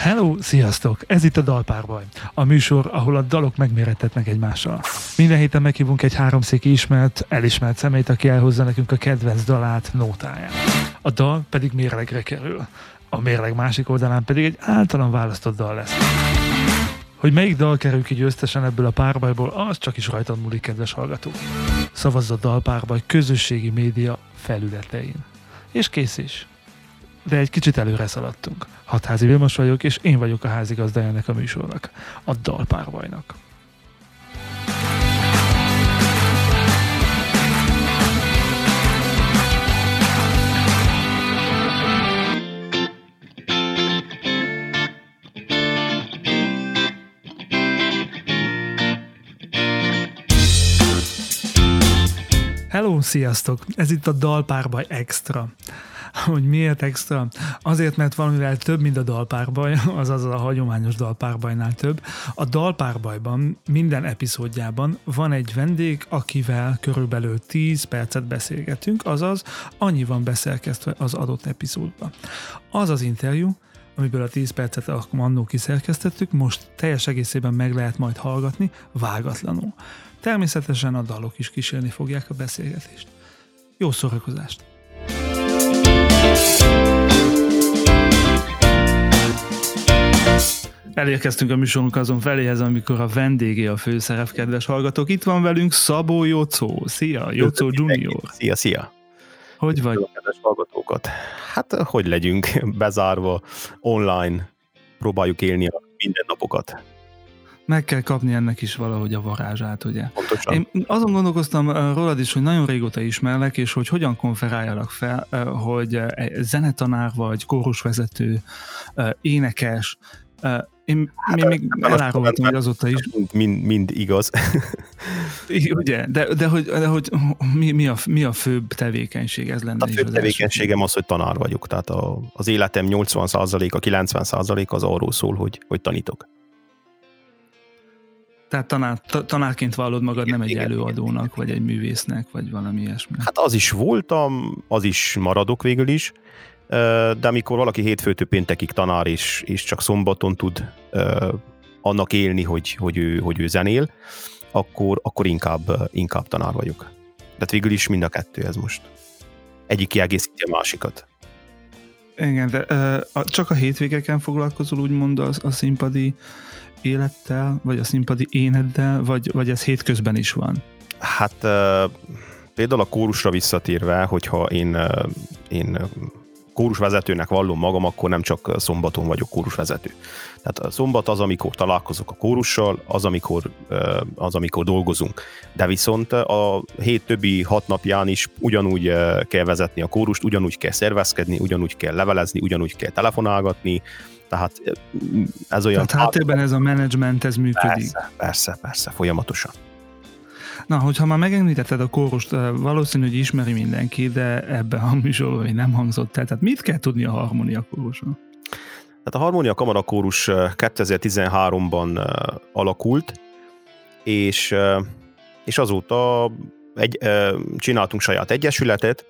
Hello, sziasztok! Ez itt a Dalpárbaj, a műsor, ahol a dalok megmérettetnek egymással. Minden héten meghívunk egy háromszéki elismert személyt, aki elhozza nekünk a kedvenc dalát, nótáját. A dal pedig mérlegre kerül. A mérleg másik oldalán pedig egy általam választott dal lesz. Hogy melyik dal kerül ki győztesen ebből a párbajból, az csak is rajtad múlik, kedves hallgató. Szavazz a Dalpárbaj közösségi média felületein. És kész is. De egy kicsit előre szaladtunk. Hatházi Vilmos vagyok, és én vagyok a házigazdája ennek a műsornak, a Dalpárbajnak. Hello, sziasztok! Ez itt a Dalpárbaj Extra. Hogy miért extra? Azért, mert valamivel több, mint a Dalpárbaj, azaz a hagyományos Dalpárbajnál több. A Dalpárbajban minden epizódjában van egy vendég, akivel körülbelül 10 percet beszélgetünk, azaz annyi van beszerkesztve az adott epizódba. Az az interjú, amiből a 10 percet annó kiszerkesztettük, most teljes egészében meg lehet majd hallgatni, vágatlanul. Természetesen a dalok is kísérni fogják a beszélgetést. Jó szórakozást! Elérkeztünk a műsorunk azon feléhez, amikor a vendégé a főszerep, kedves hallgatók. Itt van velünk Szabó Jocó. Szia, Jocó Junior. Szia. Hogy vagy? Kedves hallgatókat. Hát, hogy legyünk bezárva, online, próbáljuk élni a mindennapokat. Meg kell kapni ennek is valahogy a varázsát, ugye? Pontosan. Én azon gondolkoztam rólad is, hogy nagyon régóta ismerlek, és hogy hogyan konferáljalak fel, hogy zenetanár vagy, kórusvezető, énekes. Én még elárultam, hogy azóta is. Mind igaz. Ugye, de hogy mi a főbb tevékenység ez lenne? A főbb tevékenységem az, hogy tanár vagyok. Tehát az életem 80%-a, 90%-a az arról szól, hogy tanítok. Tehát tanárként vallod magad, nem egy előadónak, vagy egy művésznek, vagy valami ilyesmi. Hát az is voltam, az is maradok végül is, de amikor valaki hétfőtől péntekig tanár, és csak szombaton tud annak élni, hogy ő zenél, akkor inkább tanár vagyok. De végül is mind a kettő ez most. Egyik kiegészíti a másikat. Igen, de csak a hétvégeken foglalkozol úgymond a színpadi élettel, vagy a színpadi éneddel, vagy ez hétközben is van? Hát például a kórusra visszatérve, hogyha én kórusvezetőnek vallom magam, akkor nem csak szombaton vagyok kórusvezető. Tehát a szombat az, amikor találkozok a kórussal, az, amikor dolgozunk. De viszont a hét többi 6 napján is ugyanúgy kell vezetni a kórust, ugyanúgy kell szervezkedni, ugyanúgy kell levelezni, ugyanúgy kell telefonálgatni. Tehát ez olyan... Tehát háttérben ez a menedzsment, ez működik. Persze, folyamatosan. Na, hogyha már megemlítetted a kórust, valószínű, hogy ismeri mindenki, de ebben a műsorban még nem hangzott el. Tehát mit kell tudni a Harmónia kórusról? Tehát a Harmónia Kamara Kórus 2013-ban alakult, és azóta csináltunk saját egyesületet,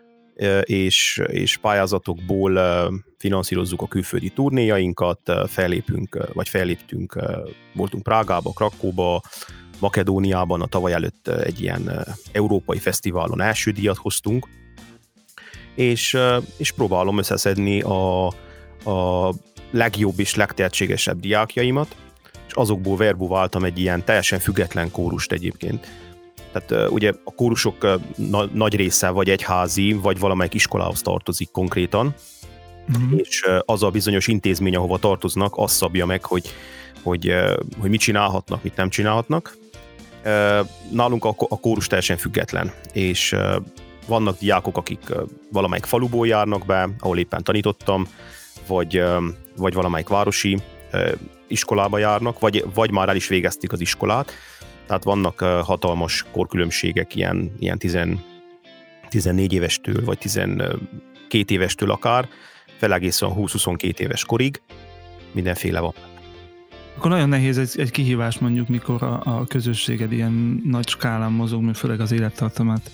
és pályázatokból finanszírozzuk a külföldi turnéjainkat, felléptünk, voltunk Prágába, Krakóba, Makedóniában, a tavaly előtt egy ilyen európai fesztiválon első díjat hoztunk, és próbálom összeszedni a legjobb és legtehetségesebb diákjaimat, és azokból verbuváltam egy ilyen teljesen független kórust egyébként. Tehát ugye a kórusok nagy része vagy egyházi, vagy valamelyik iskolához tartozik konkrétan, és az a bizonyos intézmény, ahova tartoznak, az szabja meg, hogy mit csinálhatnak, mit nem csinálhatnak. Nálunk a kórus teljesen független, és vannak diákok, akik valamelyik faluból járnak be, ahol éppen tanítottam, vagy valamelyik városi iskolába járnak, vagy már el is végezték az iskolát. Tehát vannak hatalmas korkülönbségek, ilyen 14 évestől, vagy 12 évestől akár, fel egészen 20-22 éves korig, mindenféle van. Akkor nagyon nehéz egy kihívás mondjuk, mikor a közösséged ilyen nagy skálán mozog, mint főleg az élettartamát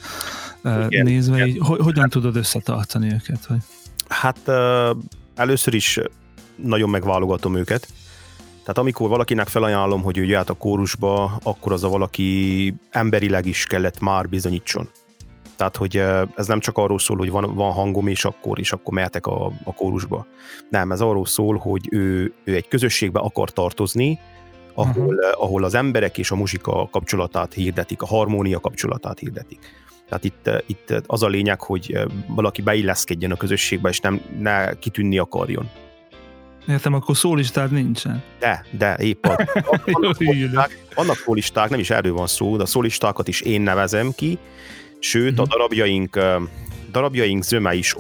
nézve, így, hogyan tudod összetartani őket? Vagy? Hát először is nagyon megválogatom őket. Tehát amikor valakinek felajánlom, hogy ő jöhet a kórusba, akkor az a valaki emberileg is kellett már bizonyítson. Tehát, hogy ez nem csak arról szól, hogy van hangom, és akkor mehetek a kórusba. Nem, ez arról szól, hogy ő egy közösségbe akar tartozni, ahol az emberek és a muzsika kapcsolatát hirdetik, a harmónia kapcsolatát hirdetik. Tehát itt az a lényeg, hogy valaki beilleszkedjen a közösségbe, és ne kitűnni akarjon. Értem, akkor szólistád nincsen. De épp az. Vannak szólisták, nem is erről van szó, de a szólistákat is én nevezem ki, sőt, a darabjaink zöme is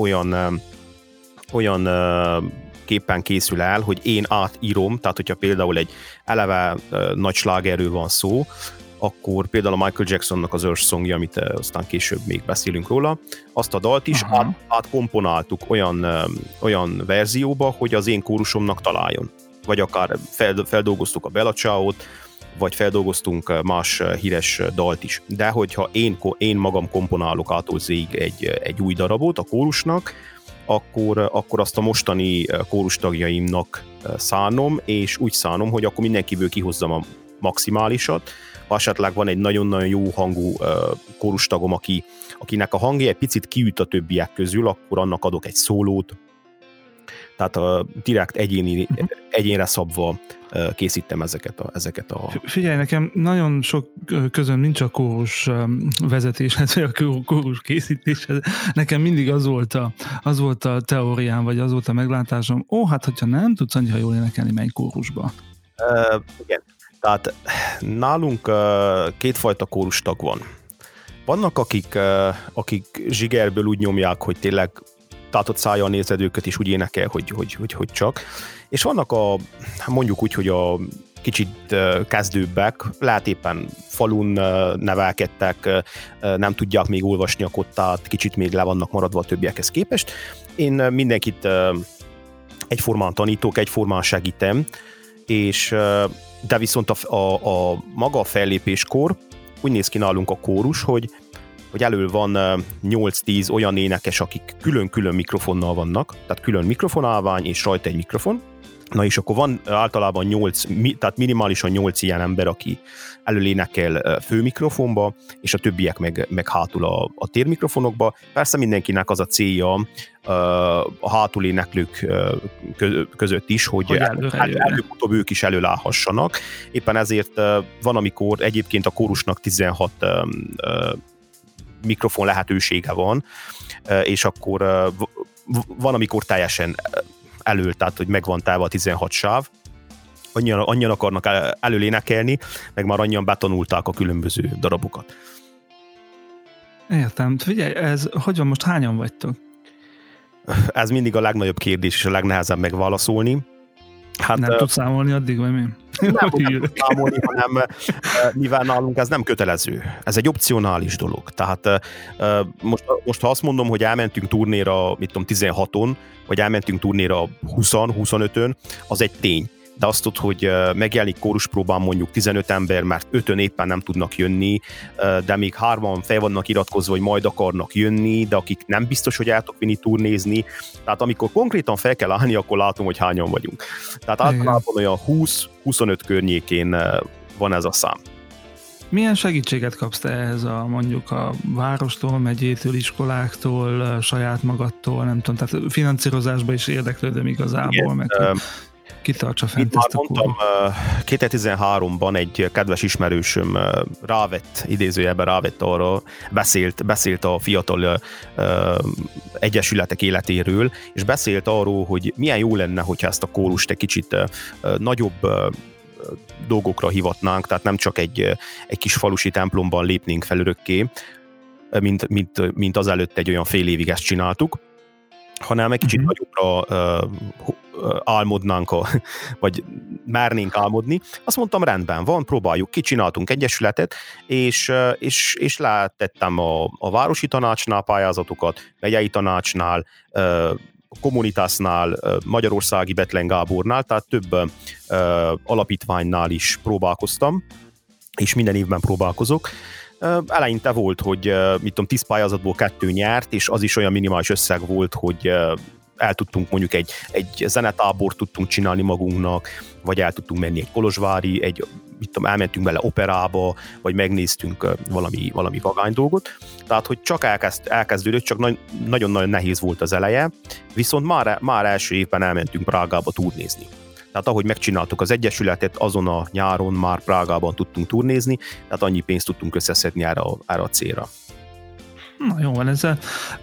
olyan képpen készül el, hogy én átírom, tehát hogyha például egy eleve nagy slágerről van szó, akkor például a Michael Jacksonnak az Earth Songja, amit aztán később még beszélünk róla, azt a dalt is átkomponáltuk olyan verzióba, hogy az én kórusomnak találjon. Vagy akár feldolgoztuk a Bella Ciao-t, vagy feldolgoztunk más híres dalt is. De hogyha én magam komponálok ától Z-ig egy új darabot a kórusnak, akkor azt a mostani kórustagjaimnak szánom, és úgy szánom, hogy akkor mindenkiből kihozzam a maximálisat. Ha esetleg van egy nagyon-nagyon jó hangú kórustagom, akinek a hangja egy picit kiüt a többiek közül, akkor annak adok egy szólót. Tehát direkt egyénre szabva készítem ezeket a... Figyelj, nekem nagyon sok közön nincs a kórus vezetéshez, vagy a kórus készítéshez. Nekem mindig az volt a teóriám, vagy az volt a meglátásom, hát hogyha nem tudsz annyira jól énekelni, menj kórusba. Igen. Tehát nálunk kétfajta kórustag van. Vannak, akik zsigerből úgy nyomják, hogy tényleg tátott szájjal nézed őket, és úgy énekel, hogy csak. És vannak mondjuk úgy, hogy a kicsit kezdőbbek, lehet éppen falun nevelkedtek, nem tudják még olvasni a kottát, kicsit még le vannak maradva a többiekhez képest. Én mindenkit egyformán tanítok, egyformán segítem, de viszont a maga a fellépéskor úgy néz ki nálunk a kórus, hogy elől van 8-10 olyan énekes, akik külön-külön mikrofonnal vannak, tehát külön mikrofonálvány és rajta egy mikrofon. Na és akkor van általában tehát minimálisan 8 ilyen ember, aki elől énekel főmikrofonba, és a többiek meg hátul a térmikrofonokba. Persze mindenkinek az a célja a hátul éneklők között is, hogy előbb-utóbb ők is előállhassanak. Éppen ezért van, amikor egyébként a kórusnak 16 mikrofon lehetősége van, és akkor van, amikor teljesen elől, tehát hogy megvan távol a 16 sáv, annyian akarnak előlénekelni, meg már annyian betanulták a különböző darabokat. Értem. Figyelj, ez hogy van most, hányan vagytok? Ez mindig a legnagyobb kérdés, és a legnehezebb megválaszolni. Hát, nem tudsz számolni addig, vagy mi? Nem tudsz számolni, hanem mivel nálunk ez nem kötelező. Ez egy opcionális dolog. Tehát most ha azt mondom, hogy elmentünk turnéra, 16-on, vagy elmentünk turnéra 20-on, 25-ön, az egy tény. De azt tudod, hogy megjelenik kóruspróbán mondjuk 15 ember, mert 5-ön éppen nem tudnak jönni, de még 3-an fel vannak iratkozva, hogy majd akarnak jönni, de akik nem biztos, hogy el tudok vinni turnézni. Tehát amikor konkrétan fel kell állni, akkor látom, hogy hányan vagyunk. Tehát általában olyan 20-25 környékén van ez a szám. Milyen segítséget kapsz te ehhez mondjuk a várostól, megyétől, iskoláktól, saját magadtól, nem tudom, tehát finanszírozásba is érdeklődöm igazából, igen, meg kitartsa fent ezt a mondtam, 2013-ban egy kedves ismerősöm idézőjelben rávett arra, beszélt a fiatal egyesületek életéről, és beszélt arról, hogy milyen jó lenne, hogyha ezt a kórust egy kicsit nagyobb dolgokra hivatnánk, tehát nem csak egy kis falusi templomban lépnénk fel örökké, mint azelőtt egy olyan fél évig ezt csináltuk, hanem egy kicsit nagyobbra álmodnánk, vagy mernénk álmodni. Azt mondtam, rendben van, próbáljuk ki, csináltunk egyesületet, és letettem a városi tanácsnál pályázatokat, megyei tanácsnál, Communitasnál, Magyarországi Bethlen Gábornál, tehát több alapítványnál is próbálkoztam, és minden évben próbálkozok. Eleinte volt, hogy 10 pályázatból 2 nyert, és az is olyan minimális összeg volt, hogy el tudtunk mondjuk egy zenetábort tudtunk csinálni magunknak, vagy el tudtunk menni egy kolozsvári, elmentünk bele operába, vagy megnéztünk valami vagány dolgot. Tehát, hogy csak elkezdődött, csak nagyon-nagyon nehéz volt az eleje, viszont már első évben elmentünk Prágába turnézni. Tehát ahogy megcsináltuk az egyesületet, azon a nyáron már Prágában tudtunk turnézni, tehát annyi pénzt tudtunk összeszedni erre a célra. Na jó van, ezzel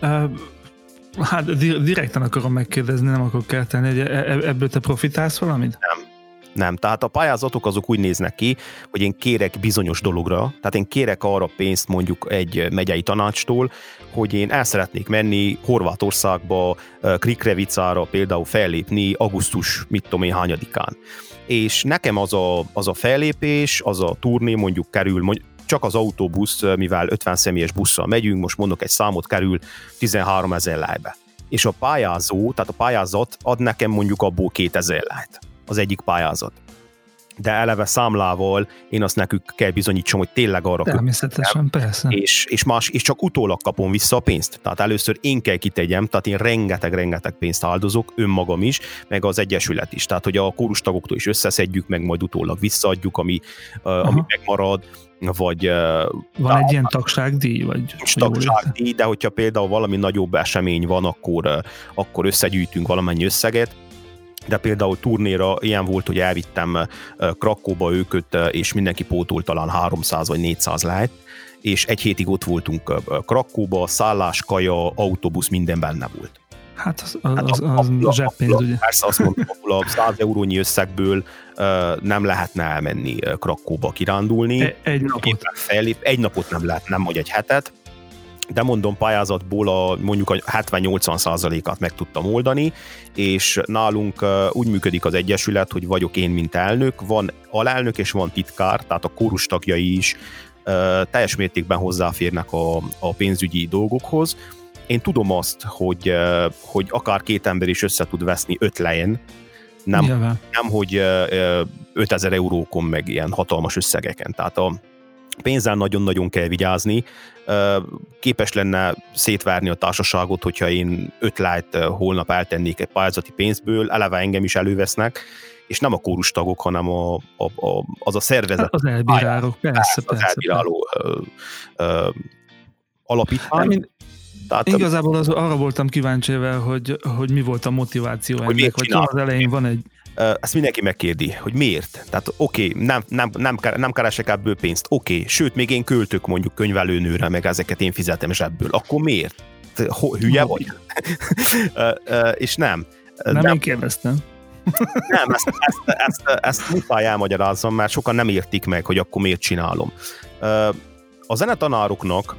hát direkten akarom megkérdezni, nem akarok kelteni, hogy ebből te profitálsz valamit? Nem. Tehát a pályázatok azok úgy néznek ki, hogy én kérek bizonyos dologra, tehát én kérek arra pénzt mondjuk egy megyei tanácstól, hogy én el szeretnék menni Horvátországba, Krikrevicára például fellépni augusztus hányadikán. És nekem az a fellépés, az a turné mondjuk kerül, csak az autóbusz, mivel 50 személyes busszal megyünk, most mondok egy számot, kerül 13 000 lejbe. És a pályázat ad nekem mondjuk abból 2000 lejt. Az egyik pályázat. De eleve számlával én azt nekük kell bizonyítsam, hogy tényleg arra természetesen, persze. És csak utólag kapom vissza a pénzt. Tehát először én kell kitegyem, tehát én rengeteg pénzt áldozok, önmagam is, meg az egyesület is. Tehát, hogy a kórustagoktól is összeszedjük, meg majd utólag visszaadjuk, ami megmarad, vagy... Van egy ilyen tagságdíj? Vagy tagságdíj, de hogyha például valami nagyobb esemény van, akkor összegyűjtünk valamennyi összeget. De például turnéra ilyen volt, hogy elvittem Krakóba őket, és mindenki pótolt talán 300 vagy 400 lejt, és egy hétig ott voltunk Krakóba, szállás, kaja, autóbusz, minden benne volt. Hát az zseppénz, ugye? Persze azt mondom, a 100 eurónyi összegből nem lehetne elmenni Krakóba kirándulni. Egy napot nem lehet, nem vagy egy hetet. De mondom, pályázatból mondjuk a 70-80%-át meg tudtam oldani, és nálunk úgy működik az egyesület, hogy vagyok én, mint elnök, van alelnök és van titkár, tehát a kórus tagjai is teljes mértékben hozzáférnek a pénzügyi dolgokhoz. Én tudom azt, hogy akár két ember is össze tud veszni 5 lejen, nem hogy 5000 eurókon, meg ilyen hatalmas összegeken. Tehát a pénzzel nagyon-nagyon kell vigyázni. Képes lenne szétverni a társaságot, hogyha én 5 lejt holnap eltennék egy pályázati pénzből, eleve engem is elővesznek, és nem a kórustagok, hanem az a szervezet. Az elbírálók, persze. Az elbíráló alapítvány. Tehát, igazából arra voltam kíváncsi, hogy mi volt a motiváció ennek, hogy az elején van egy... Ezt mindenki megkérdi, hogy miért. Tehát oké, nem keresek ebből pénzt, oké, sőt, még én költök mondjuk könyvelőnőre, meg ezeket én fizetem zsebből, akkor miért? Hülye vagy? És nem. Én kérdeztem. Nem, ezt muszáj elmagyarázzam, mert sokan nem értik meg, hogy akkor miért csinálom. A zenetanároknak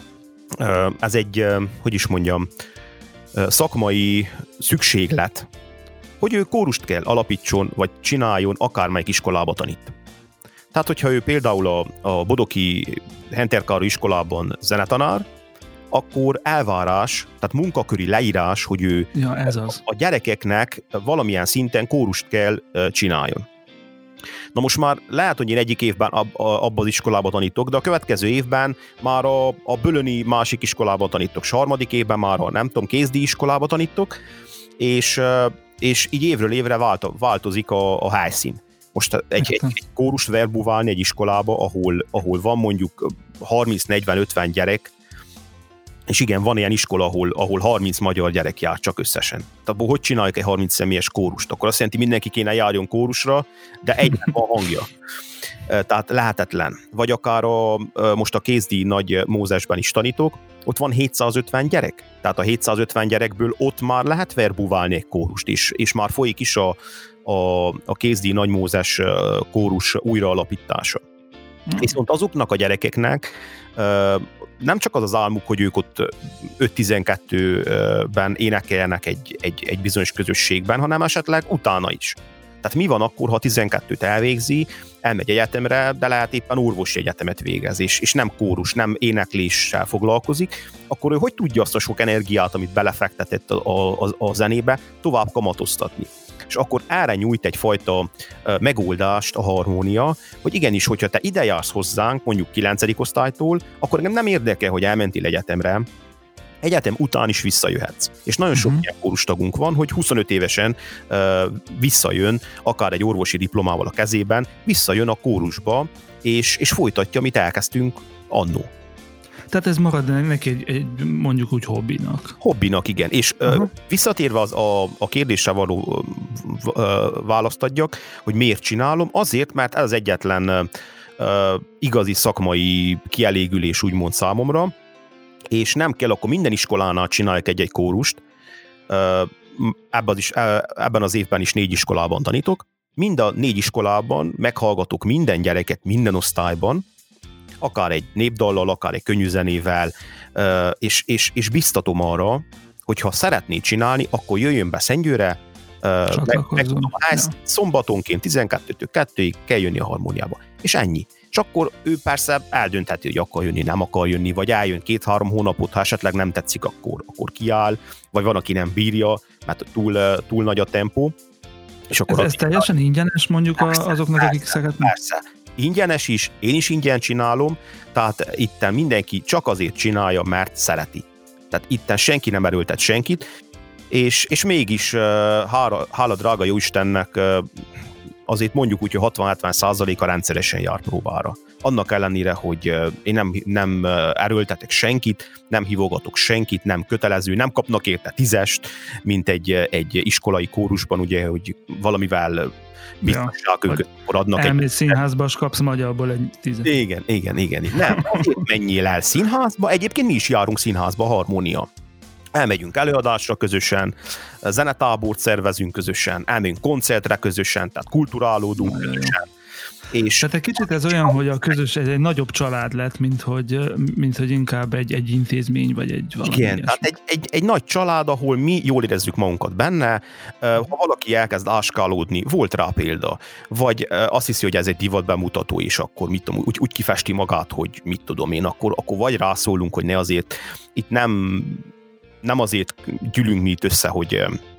ez egy, hogy is mondjam, szakmai szükséglet, hogy ő kórust kell alapítson, vagy csináljon, akármelyik iskolába tanít. Tehát, hogyha ő például a Bodoki Henterkároly iskolában zenetanár, akkor elvárás, tehát munkaköri leírás, hogy ő a gyerekeknek valamilyen szinten kórust kell csináljon. Na most már lehet, hogy én egyik évben abban az iskolában tanítok, de a következő évben már a bölöni másik iskolában tanítok, és harmadik évben már Kézdíj iskolában tanítok, és így évről évre változik a helyszín. Most egy kórust verbuválni egy iskolába, ahol van mondjuk 30-40-50 gyerek, és igen, van ilyen iskola, ahol 30 magyar gyerek jár csak összesen. Tehát hogy csináljuk egy 30 személyes kórust? Akkor azt jelenti, mindenki kéne járjon kórusra, de egynek van hangja. Tehát lehetetlen. Vagy akár most a Kézdíj Nagy Mózesben is tanítok, ott van 750 gyerek. Tehát a 750 gyerekből ott már lehet verbuválni egy kórust is, és már folyik is a Kézdíj Nagy Mózes kórus újraalapítása. Viszont azoknak a gyerekeknek nem csak az álmuk, hogy ők ott 5-12-ben énekeljenek egy bizonyos közösségben, hanem esetleg utána is. Tehát mi van akkor, ha 12-t elvégzi, elmegy egyetemre, de lehet éppen orvosi egyetemet végez, és nem kórus, nem énekléssel foglalkozik, akkor ő hogy tudja azt a sok energiát, amit belefektetett a zenébe, tovább kamatoztatni? És akkor erre nyújt egyfajta megoldást a harmónia, hogy igenis, hogyha te ide jársz hozzánk, mondjuk 9. osztálytól, akkor engem nem érdekel, hogy elmentél egyetemre, egyetem után is visszajöhetsz. És nagyon sok ilyen kórustagunk van, hogy 25 évesen visszajön, akár egy orvosi diplomával a kezében, visszajön a kórusba, és folytatja, amit elkezdtünk annó. Tehát ez marad neki egy mondjuk úgy hobbinak. Hobbinak, igen. És visszatérve a kérdésre való választ adjak, hogy miért csinálom, azért, mert ez az egyetlen igazi szakmai kielégülés úgymond számomra, és nem kell, akkor minden iskolánál csinálják egy kórust. Ebben az évben is 4 iskolában tanítok. Mind a 4 iskolában meghallgatok minden gyereket, minden osztályban, akár egy népdallal, akár egy könnyűzenével, és biztatom arra, hogy ha szeretné csinálni, akkor jöjjön be Szentgyőrre, megtudom a házt, szombatonként 12-től 2-ig kell jönni a harmóniába. És ennyi. És akkor ő persze eldöntheti, hogy akar jönni, nem akar jönni, vagy eljön 2-3 hónapot, ha esetleg nem tetszik, akkor kiáll, vagy van, aki nem bírja, mert túl nagy a tempó. És akkor ez teljesen ingyenes mondjuk azoknak, akik szeretnek? Persze. Ingyenes is, én is ingyen csinálom, tehát itten mindenki csak azért csinálja, mert szereti. Tehát itten senki nem erőltet senkit, és mégis hála drága Jóistennek azért mondjuk úgy, hogy 60-70%-a rendszeresen jár próbára. Annak ellenére, hogy én nem erőltetek senkit, nem hívogatok senkit, nem kötelező, nem kapnak érte 10-est, mint egy iskolai kórusban, ugye, hogy valamivel biztonságünket adnak. Elmész színházba, és kapsz magyarból egy 10. Igen. Nem, azért menjél el színházba, egyébként mi is járunk színházba, Harmónia. Elmegyünk előadásra közösen, zenetábort szervezünk közösen, elmegyünk koncertre közösen, tehát kulturálódunk közösen. Tehát egy kicsit ez olyan, hogy a közös ez egy nagyobb család lett, mint hogy inkább egy intézmény, vagy egy valami. Igen, tehát egy nagy család, ahol mi jól érezzük magunkat benne, ha valaki elkezd áskálódni, volt rá példa, vagy azt hiszi, hogy ez egy divat bemutató, és akkor mit tudom, úgy kifesti magát, hogy mit tudom én, akkor vagy rászólunk, hogy ne azért, itt nem azért gyűlünk mi itt össze, hogy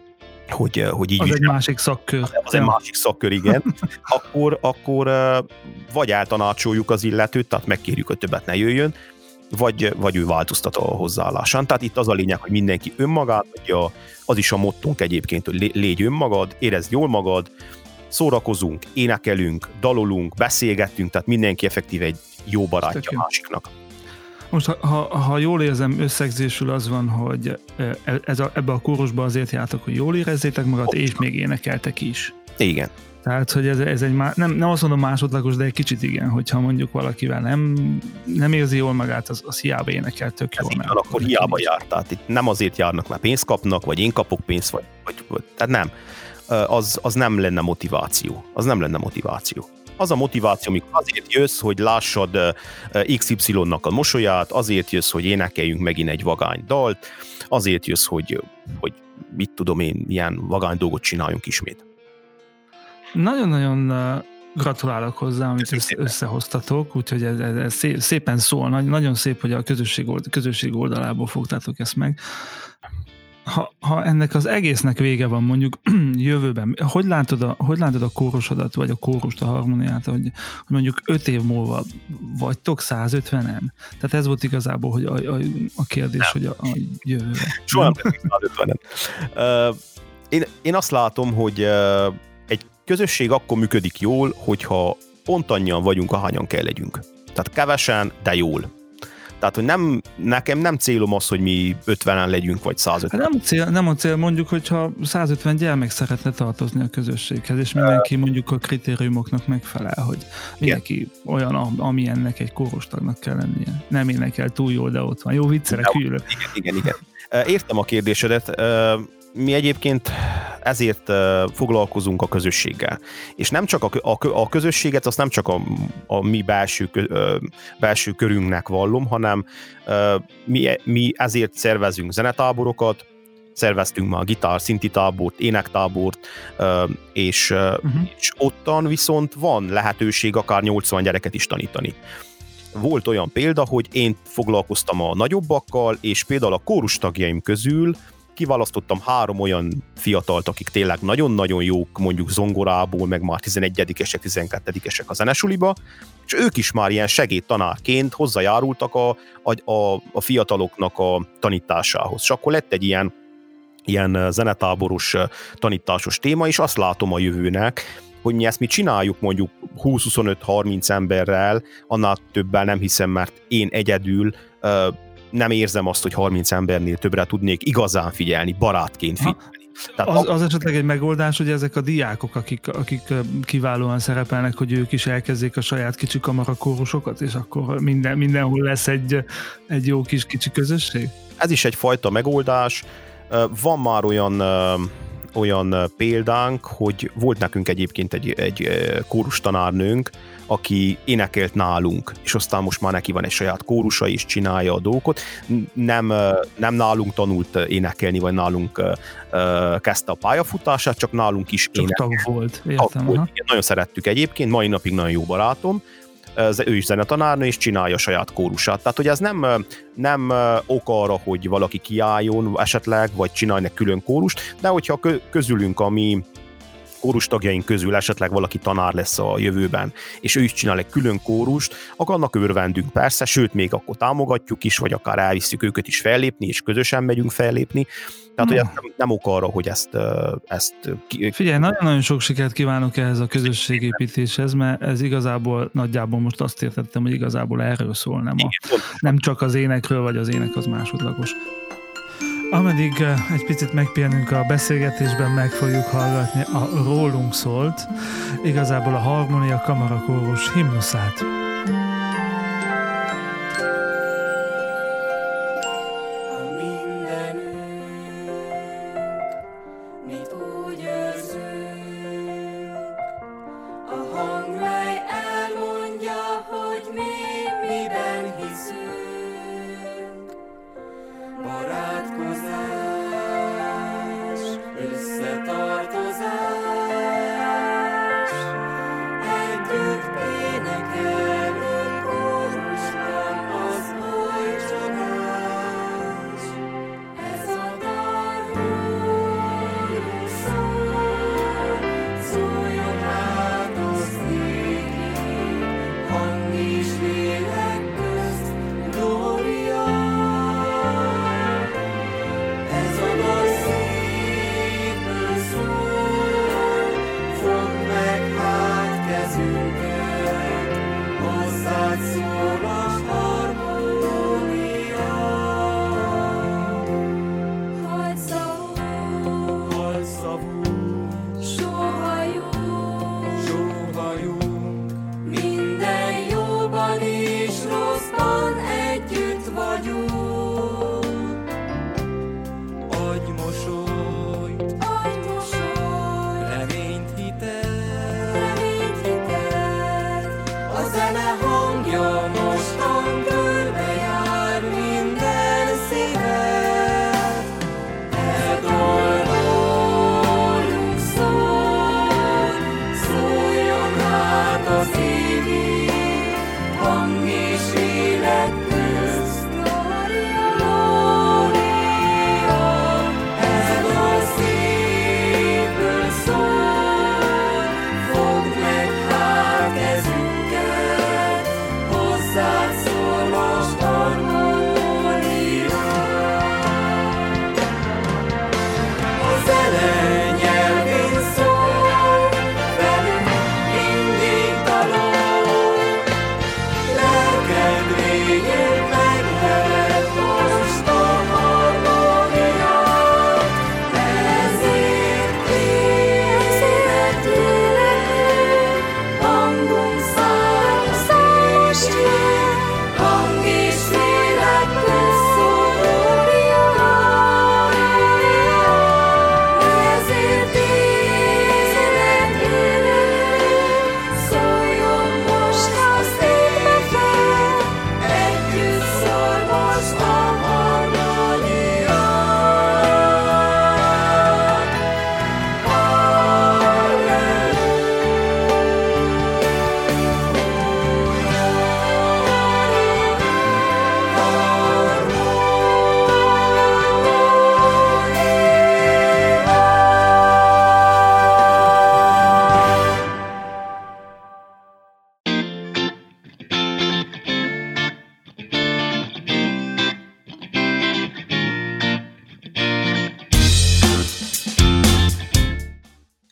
így az egy másik szakkör. Az egy másik szakkör, igen. Akkor vagy eltanácsoljuk az illetőt, tehát megkérjük, hogy többet ne jöjjön, vagy ő változtat a hozzáállásán. Tehát itt az a lényeg, hogy mindenki önmagát adja, az is a mottónk egyébként, hogy légy önmagad, érezd jól magad, szórakozunk, énekelünk, dalolunk, beszélgettünk, tehát mindenki effektíve egy jó barátja a másiknak. Most, ha jól érzem, összegzésül az van, hogy ebbe a kórusba azért jártok, hogy jól érezzétek magad, és még énekeltek is. Igen. Tehát, hogy ez egy nem azt mondom másodlagos, de egy kicsit igen, hogyha mondjuk valakivel nem érzi jól magát, az hiába énekel, tök jól. Ez így akkor hiába jár. Tehát itt nem azért járnak, mert pénzt kapnak, vagy én kapok pénzt, vagy tehát nem. Az nem lenne motiváció. Az a motiváció, amikor azért jössz, hogy lássad XY-nak a mosolyát, azért jössz, hogy énekeljünk megint egy vagány dalt, azért jössz, hogy mit tudom én, ilyen vagány dolgot csináljunk ismét. Nagyon-nagyon gratulálok hozzá, amit összehoztatok, úgyhogy ez szépen szól, nagyon szép, hogy a közösség oldalából fogtátok ezt meg. Ha ennek az egésznek vége van mondjuk jövőben, hogy látod a kórusodat, vagy a kórust, a harmóniát, hogy mondjuk 5 év múlva vagytok 150-en? Tehát ez volt igazából hogy a kérdés, nem. Hogy a jövőben. Soha nem leszünk 150-en. Én azt látom, hogy egy közösség akkor működik jól, hogyha pont annyian vagyunk, ahányan kell legyünk. Tehát kevesen, de jól. Tehát, hogy nekem nem célom az, hogy mi 50-en legyünk, vagy 150. Nem a cél, mondjuk, hogyha 150 gyermek szeretne tartozni a közösséghez, és mindenki mondjuk a kritériumoknak megfelel, hogy mindenki olyan, amilyennek egy kórustagnak kell lennie. Nem énekel túl jól, de ott van. Jó, viccelek, hülyülök. Igen. Értem a kérdésedet. Mi egyébként ezért foglalkozunk a közösséggel. És nem csak a közösséget, azt nem csak a mi belső körünknek vallom, hanem mi ezért szervezünk zenetáborokat, szerveztünk már gitár, szinti tábort, énektábort, és ottan viszont van lehetőség akár 80 gyereket is tanítani. Volt olyan példa, hogy én foglalkoztam a nagyobbakkal, és például a kórus tagjaim közül kiválasztottam 3 olyan fiatalt, akik tényleg nagyon-nagyon jók, mondjuk zongorából, meg már 11-esek, 12-esek a zenesuliba, és ők is már ilyen segédtanárként hozzájárultak a fiataloknak a tanításához. És akkor lett egy ilyen zenetáboros tanításos téma, és azt látom a jövőnek, hogy mi ezt csináljuk mondjuk 20-25-30 emberrel, annál többel nem hiszem, mert én egyedül nem érzem azt, hogy 30 embernél többre tudnék igazán figyelni, barátként figyelni. Tehát az esetleg egy megoldás, hogy ezek a diákok, akik kiválóan szerepelnek, hogy ők is elkezdjék a saját kicsi kamarakórusokat, és akkor mindenhol lesz egy jó kicsi közösség? Ez is egyfajta megoldás. Van már olyan példánk, hogy volt nekünk egyébként egy kórustanárnőnk, aki énekelt nálunk, és aztán most már neki van egy saját kórusa, és csinálja a dolgokat. Nem nálunk tanult énekelni, vagy nálunk kezdte a pályafutását, csak nálunk is énekel. Tag volt, értem. Nagyon szerettük egyébként, mai napig nagyon jó barátom. Ő is zenetanárnő, és csinálja a saját kórusát. Tehát, hogy ez nem ok arra, hogy valaki kiálljon esetleg, vagy csinálj külön kórust, de hogyha közülünk a mi kórustagjaink közül esetleg valaki tanár lesz a jövőben, és ő is csinál egy külön kórust, akkor annak örvendünk persze, sőt, még akkor támogatjuk is, vagy akár elviszük őket is fellépni, és közösen megyünk fellépni. Tehát, hogy ez nem ok arra, hogy ezt Figyelj, nagyon-nagyon sok sikert kívánok ehhez a közösségépítéshez, mert ez igazából nagyjából most azt értettem, hogy igazából erről szól, nem csak az énekről, vagy az ének az másodlagos. Ameddig egy picit megpihenünk a beszélgetésben, meg fogjuk hallgatni a Rólunk szólt, igazából a Harmónia Kamarakórus himnuszát. Összetartozás, együtt énekel.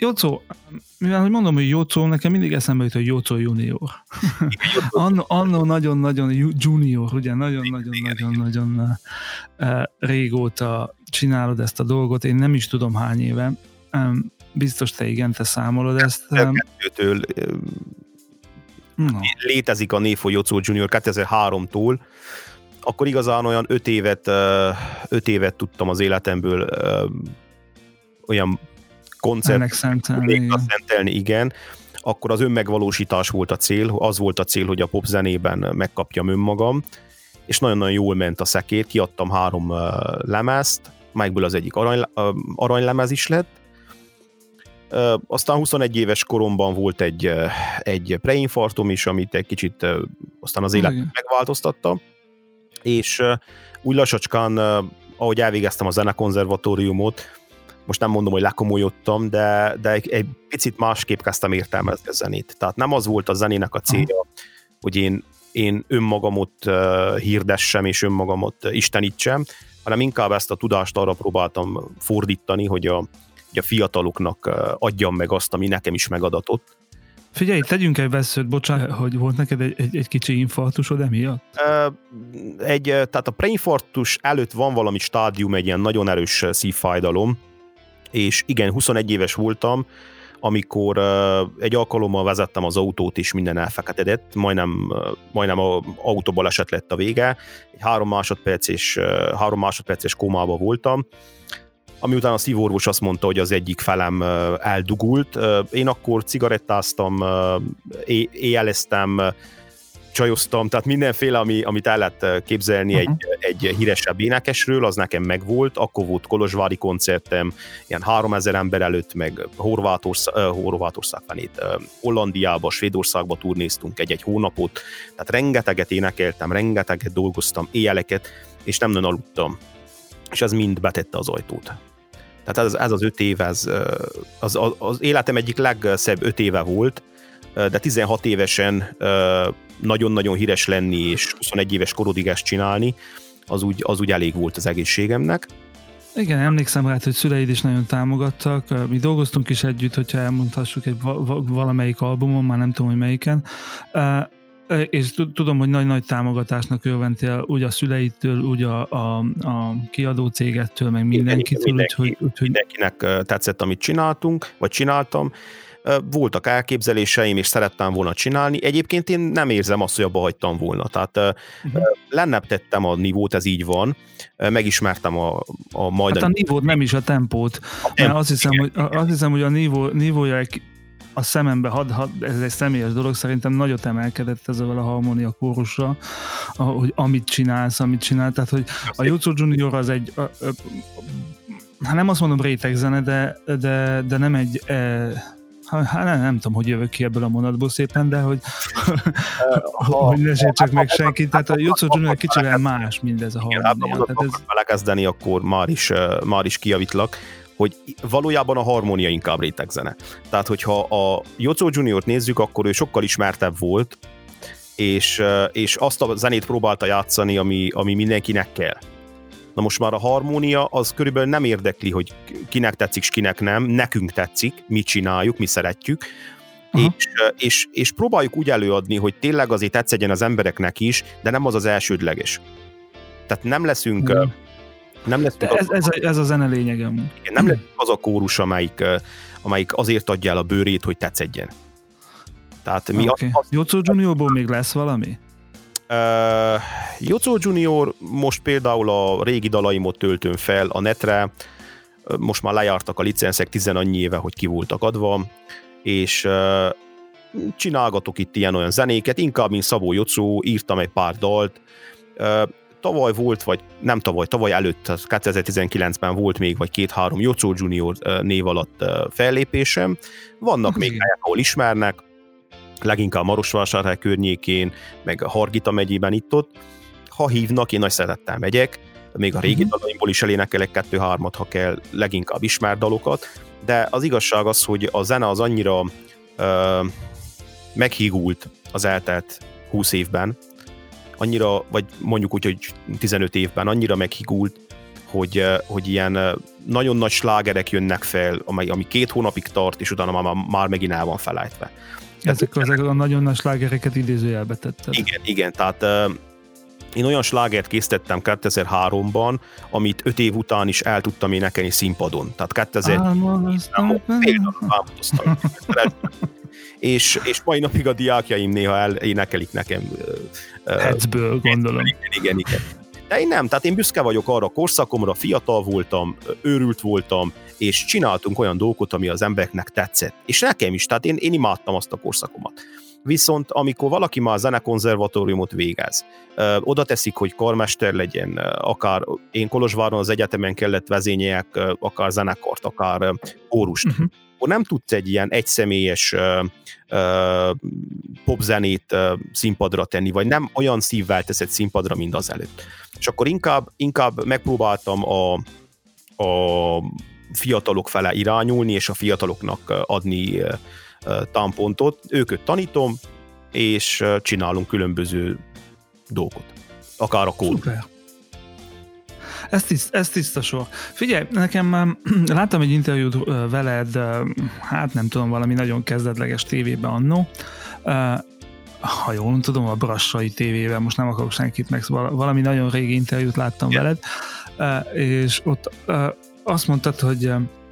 Jocó, mivel hogy mondom, hogy Jocó, nekem mindig eszembe jut, hogy Jocó junior. Anno nagyon-nagyon junior, ugye, nagyon-nagyon régóta csinálod ezt a dolgot, én nem is tudom hány éve. Biztos te igen, te számolod ezt. 2002-től létezik a név, hogy Jocó Junior 2003-tól, akkor igazán olyan 5 évet tudtam az életemből olyan koncertnek szentelni, igen. Akkor az önmegvalósítás volt a cél, az volt a cél, hogy a popzenében megkapjam önmagam, és nagyon-nagyon jól ment a szekér, kiadtam 3 lemezt, melyikből az egyik aranylemez is lett. Aztán 21 éves koromban volt egy preinfarktum is, amit egy kicsit aztán az életet megváltoztatta, és úgy lassacskán, ahogy elvégeztem a zenekonzervatóriumot, most nem mondom, hogy lekomolyodtam, de egy picit másképp kezdtem értelmezni a zenét. Tehát nem az volt a zenének a célja, hogy én önmagamot hirdessem és önmagamot istenítsem, hanem inkább ezt a tudást arra próbáltam fordítani, hogy a fiataloknak adjam meg azt, ami nekem is megadatott. Figyelj, tegyünk egy veszőt, bocsánat, hogy volt neked egy kicsi infarktusod emiatt? Tehát a preinfarktus előtt van valami stádium, egy ilyen nagyon erős szívfájdalom, és igen, 21 éves voltam, amikor egy alkalommal vezettem az autót, és minden elfeketedett, majdnem az autóbaleset lett a vége, egy 3 másodperces kómába voltam, ami után a szívorvos azt mondta, hogy az egyik felem eldugult. Én akkor cigarettáztam, éjjeleztem, csajoztam, tehát mindenféle, amit el lehet képzelni egy híresebb énekesről, az nekem megvolt. Akkor volt kolozsvári koncertem, ilyen 3000 ember előtt, meg Hollandiába, Svédországba turnéztunk egy hónapot, tehát rengeteget énekeltem, rengeteget dolgoztam, éjjeleket, és nem nagyon aludtam. És ez mind betette az ajtót. Tehát ez az 5 év, az életem egyik legszebb 5 éve volt, de 16 évesen nagyon-nagyon híres lenni, és 21 éves korodig ezt csinálni, az úgy elég volt az egészségemnek. Igen, emlékszem rá, hogy szüleid is nagyon támogattak. Mi dolgoztunk is együtt, hogyha elmondhassuk egy valamelyik albumon, már nem tudom, hogy melyiken. És tudom, hogy nagy-nagy támogatásnak örventél úgy a szüleitől, úgy a kiadó cégettől, meg mindenkitől. Mindenkinek tetszett, amit csináltam. Voltak elképzeléseim, és szerettem volna csinálni. Egyébként én nem érzem azt, hogy abba hagytam volna. Tehát lennebb tettem a nivót, ez így van. Megismertem a majdani... Hát a nivót, nem is a tempót. Azt hiszem, hogy a nivója a szemembe, ez egy személyes dolog, szerintem nagyot emelkedett ezzel a harmónia kórusra, hogy amit csinál, tehát hogy a Jocó Junior az egy nem azt mondom rétegzene, de nem egy nem tudom, hogy jövök ki ebből a mondatból szépen, de hogy ne sértsek meg senkit, tehát a Jocó Junior kicsivel más, mint ez a harmónia. Belekezdeni, akkor már is kijavítlak, hogy valójában a harmónia inkább rétegzene. Tehát, hogyha a Jocó Juniort nézzük, akkor ő sokkal ismertebb volt, és azt a zenét próbálta játszani, ami mindenkinek kell. Na most már a harmónia az körülbelül nem érdekli, hogy kinek tetszik, és kinek nem, nekünk tetszik, mi csináljuk, mi szeretjük, és próbáljuk úgy előadni, hogy tényleg azért tetszegyen az embereknek is, de nem az elsődleges. Tehát nem leszünk... Ez a zene lényege. Nem lesz az a kórus, amelyik azért adja el a bőrét, hogy tetszedjen. Tehát mi Jocó Juniorból még lesz valami? Jocó Junior most például a régi dalaimot töltöm fel a netre, most már lejártak a licenszek 10 annyi éve, hogy ki voltak adva, és csinálgatok itt ilyen-olyan zenéket, inkább mint Szabó Jocó, írtam egy pár dalt, tavaly volt, vagy nem tavaly előtt, 2019-ben volt még, vagy 2-3 Jocó Junior név alatt fellépésem. Vannak még helyek, ahol ismernek, leginkább Marosvásárhely környékén, meg Hargita megyében itt-ott. Ha hívnak, én nagy szeretettel megyek, még a régi dalaimból is elénekelek 2-3-at, ha kell, leginkább ismert dalokat, de az igazság az, hogy a zene az annyira meghígult az eltelt 20 évben, annyira, vagy mondjuk úgy, hogy 15 évben annyira meghígult, hogy ilyen nagyon nagy slágerek jönnek fel, ami 2 hónapig tart, és utána már megint el van felejtve. Ezek a nagyon nagy slágereket idézőjelbe tetted. Igen, tehát én olyan slágert készítettem 2003-ban, amit 5 év után is el tudtam énekelni színpadon. Tehát 2003-ban és mai napig a diákjaim néha elénekelik nekem. Hetzből, gondolom. Igen. De én nem, tehát én büszke vagyok arra a korszakomra, fiatal voltam, őrült voltam, és csináltunk olyan dolgokat, ami az embereknek tetszett. És nekem is, tehát én imádtam azt a korszakomat. Viszont amikor valaki már zenekonzervatóriumot végez, oda teszik, hogy karmester legyen, akár én Kolozsváron az egyetemen kellett vezényeljek, akár zenekart, akár kórust, akkor nem tudsz egy ilyen egyszemélyes popzenét színpadra tenni, vagy nem olyan szívvel teszed színpadra, mint az előtt. És akkor inkább megpróbáltam a fiatalok fele irányulni, és a fiataloknak adni támpontot. Őket tanítom, és csinálunk különböző dolgot. Akár a kód. Szuper. Ez tiszta sor. Figyelj, nekem láttam egy interjút veled, hát nem tudom, valami nagyon kezdetleges tévében annó. Ha jól tudom, a Brassai tévében, most nem akarok senkit meg, valami nagyon régi interjút láttam veled, és ott azt mondtad, hogy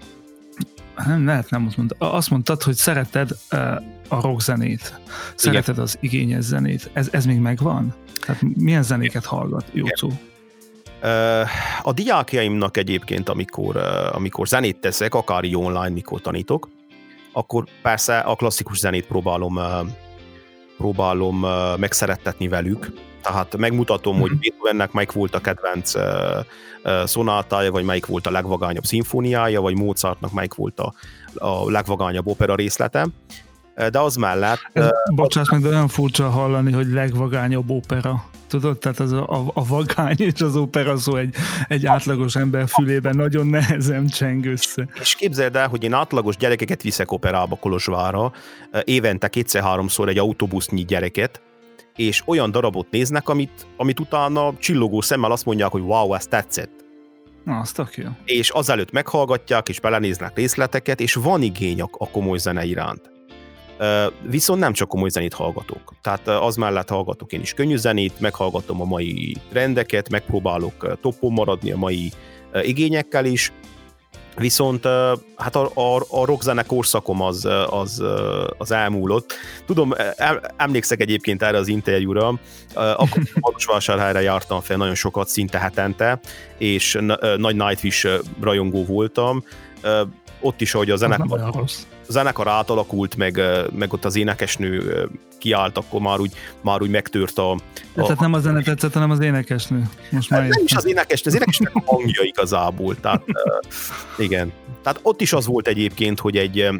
azt mondtad, hogy szereted a rockzenét, szereted az igényes zenét. Ez még megvan? Tehát milyen zenéket hallgat Jóczó? A diákjaimnak egyébként, amikor zenét teszek, akár online, mikor tanítok, akkor persze a klasszikus zenét próbálom megszerettetni velük. Tehát megmutatom, hogy Beethovennek melyik volt a kedvenc szonátája, vagy melyik volt a legvagányabb szimfóniája, vagy Mozartnak melyik volt a legvagányabb opera részlete. De az mellett... Bocsáss meg, de olyan furcsa hallani, hogy legvagányabb opera. Tudod, tehát az a vagány és az opera szó egy átlagos ember fülében nagyon nehezen cseng össze. És képzeld el, hogy én átlagos gyerekeket viszek operába Kolozsvárra, évente 2-3-szor egy autóbusznyi gyereket, és olyan darabot néznek, amit utána csillogó szemmel azt mondják, hogy wow, ez tetszett. Na, az tök jó. És azelőtt meghallgatják, és belenéznek részleteket, és van igény a komoly zene iránt. Viszont nem csak komoly zenét hallgatok. Tehát az mellett hallgatok én is könnyű zenét, meghallgatom a mai trendeket, megpróbálok toppon maradni a mai igényekkel is, viszont hát a rockzene korszakom az elmúlott. Tudom, emlékszek egyébként erre az interjúra, akkor Marosvásárhelyre jártam fel nagyon sokat, szinte hetente, és nagy Nightwish rajongó voltam. Ott is, ahogy a zenekar átalakult, meg ott az énekesnő kiállt, akkor már úgy megtört Tehát nem a zene tetszett, hanem az énekesnő. Most már nem is az énekesnőnek a hangja igazából. Tehát, igen. Tehát ott is az volt egyébként, hogy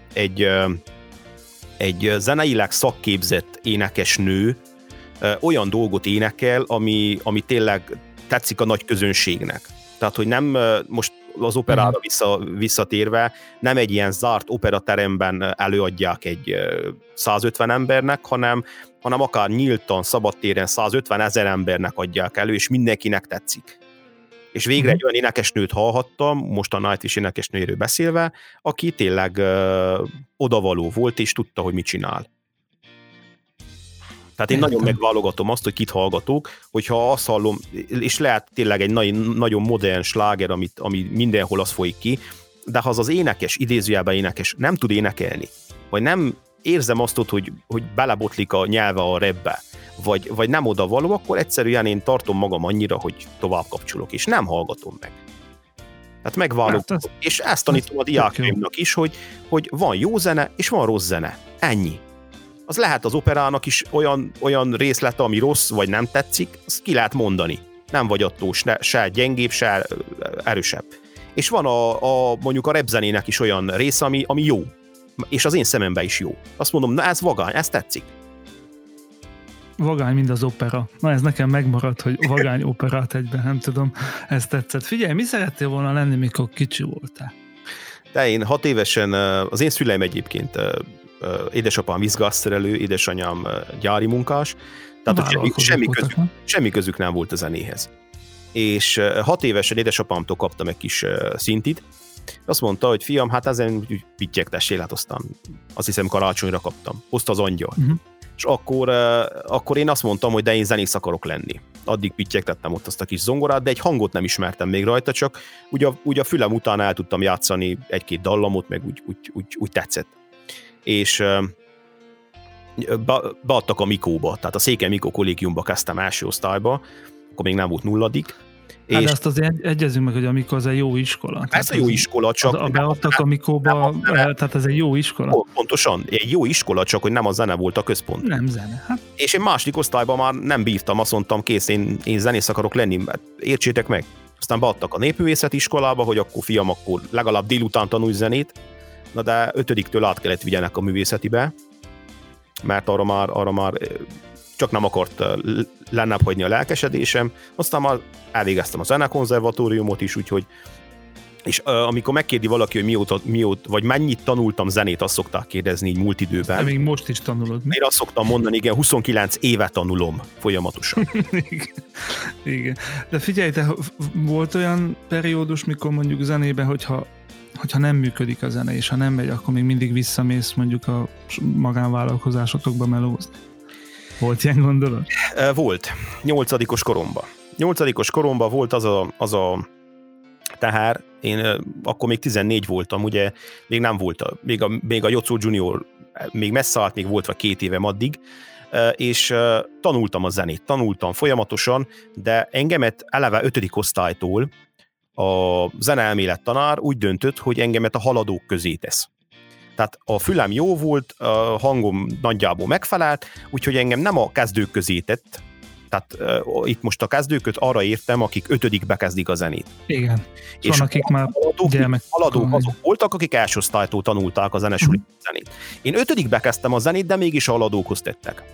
egy zeneileg szakképzett énekesnő olyan dolgot énekel, ami tényleg tetszik a nagy közönségnek. Tehát, hogy nem most az operára visszatérve, nem egy ilyen zárt operateremben előadják egy 150 embernek, hanem akár nyíltan, szabadtéren 150 000 embernek adják elő, és mindenkinek tetszik. És végre egy olyan énekesnőt hallhattam, most a Nightwish énekesnőjéről beszélve, aki tényleg odavaló volt, és tudta, hogy mit csinál. Tehát én nagyon megválogatom azt, hogy kit hallgatok, hogyha azt hallom, és lehet tényleg egy nagyon modern sláger, ami mindenhol az folyik ki, de ha az énekes, idézőjelben énekes nem tud énekelni, vagy nem érzem azt, hogy belebotlik a nyelve a rapbe, vagy nem odavaló, akkor egyszerűen én tartom magam annyira, hogy tovább kapcsolok, és nem hallgatom meg. Tehát megválogatom. És ezt tanítom a diákjaimnak is, hogy van jó zene, és van rossz zene. Ennyi. Az lehet az operának is olyan részlete, ami rossz, vagy nem tetszik, azt ki lehet mondani. Nem vagy attól se gyengébb, se erősebb. És van mondjuk a rapzenének is olyan része, ami jó. És az én szememben is jó. Azt mondom, na ez vagány, ez tetszik. Vagány, mint az opera. Na ez nekem megmaradt, hogy vagány operát egyben, nem tudom, ez tetszett. Figyelj, mi szerettél volna lenni, mikor kicsi voltál? De én 6 évesen, az én szüleim egyébként édesapám vízgázszerelő, édesanyám gyári munkás, tehát semmi közük nem volt a zenéhez. és 6 évesen édesapámtól kaptam egy kis szintit. Azt mondta, hogy fiam, hát ezen pittyegtessél, hát aztán azt hiszem karácsonyra kaptam. Hozta az angyal. És akkor én azt mondtam, hogy de én zenész akarok lenni. Addig pittyegtettem ott azt a kis zongorát, de egy hangot nem ismertem még rajta, csak úgy a fülem után el tudtam játszani egy-két dallamot, meg úgy tetszett. És beadtak a Mikóba, tehát a Székely Mikó kollégiumba kezdtem első osztályba, akkor még nem volt nulladik. Hát azt azért egyezünk meg, hogy amikor az egy jó iskola. Ez a jó iskola, csak... Beadtak a Mikóba, tehát ez egy jó iskola. Pontosan, egy jó iskola, csak hogy nem a zene volt a központ. Nem zene. Hát. És én második osztályban már nem bírtam, azt mondtam, kész, én zenész akarok lenni, mert értsétek meg. Aztán beadtak a népművészeti iskolába, hogy akkor fiam, akkor legalább délután tanulj zenét, na de 5-től át kellett vigyenek a művészetibe, mert arra már csak nem akart lennebb hagyni a lelkesedésem. Aztán már elvégeztem a zenekonzervatóriumot is, úgyhogy és amikor megkérdi valaki, hogy mióta, vagy mennyit tanultam zenét, azt szokták kérdezni így múlt időben. De még most is tanulod. Én azt szoktam mondani, igen, 29 éve tanulom folyamatosan. Igen. De figyelj, te volt olyan periódus, mikor mondjuk zenében, hogyha nem működik a zene, és ha nem megy, akkor még mindig visszamész mondjuk a magánvállalkozásotokba melózni. Volt ilyen gondolat? Volt. 8. koromban. 8. koromban volt az a teher, én akkor még 14 voltam, ugye, még nem volt, még a Jocó Junior még messze állt, még volt vagy 2 évem addig, és tanultam a zenét, tanultam folyamatosan, de engemet eleve 5. osztálytól a zeneelmélet tanár úgy döntött, hogy engemet a haladók közé tesz. Tehát a fülem jó volt, a hangom nagyjából megfelelt, úgyhogy engem nem a kezdők közé tett, tehát itt most a kezdőköt arra értem, akik 5. kezdik a zenét. Igen. És van, akik már haladók azok voltak, akik első osztálytól tanulták a zenesuli zenét. Én 5. kezdtem a zenét, de mégis a haladókhoz tettek.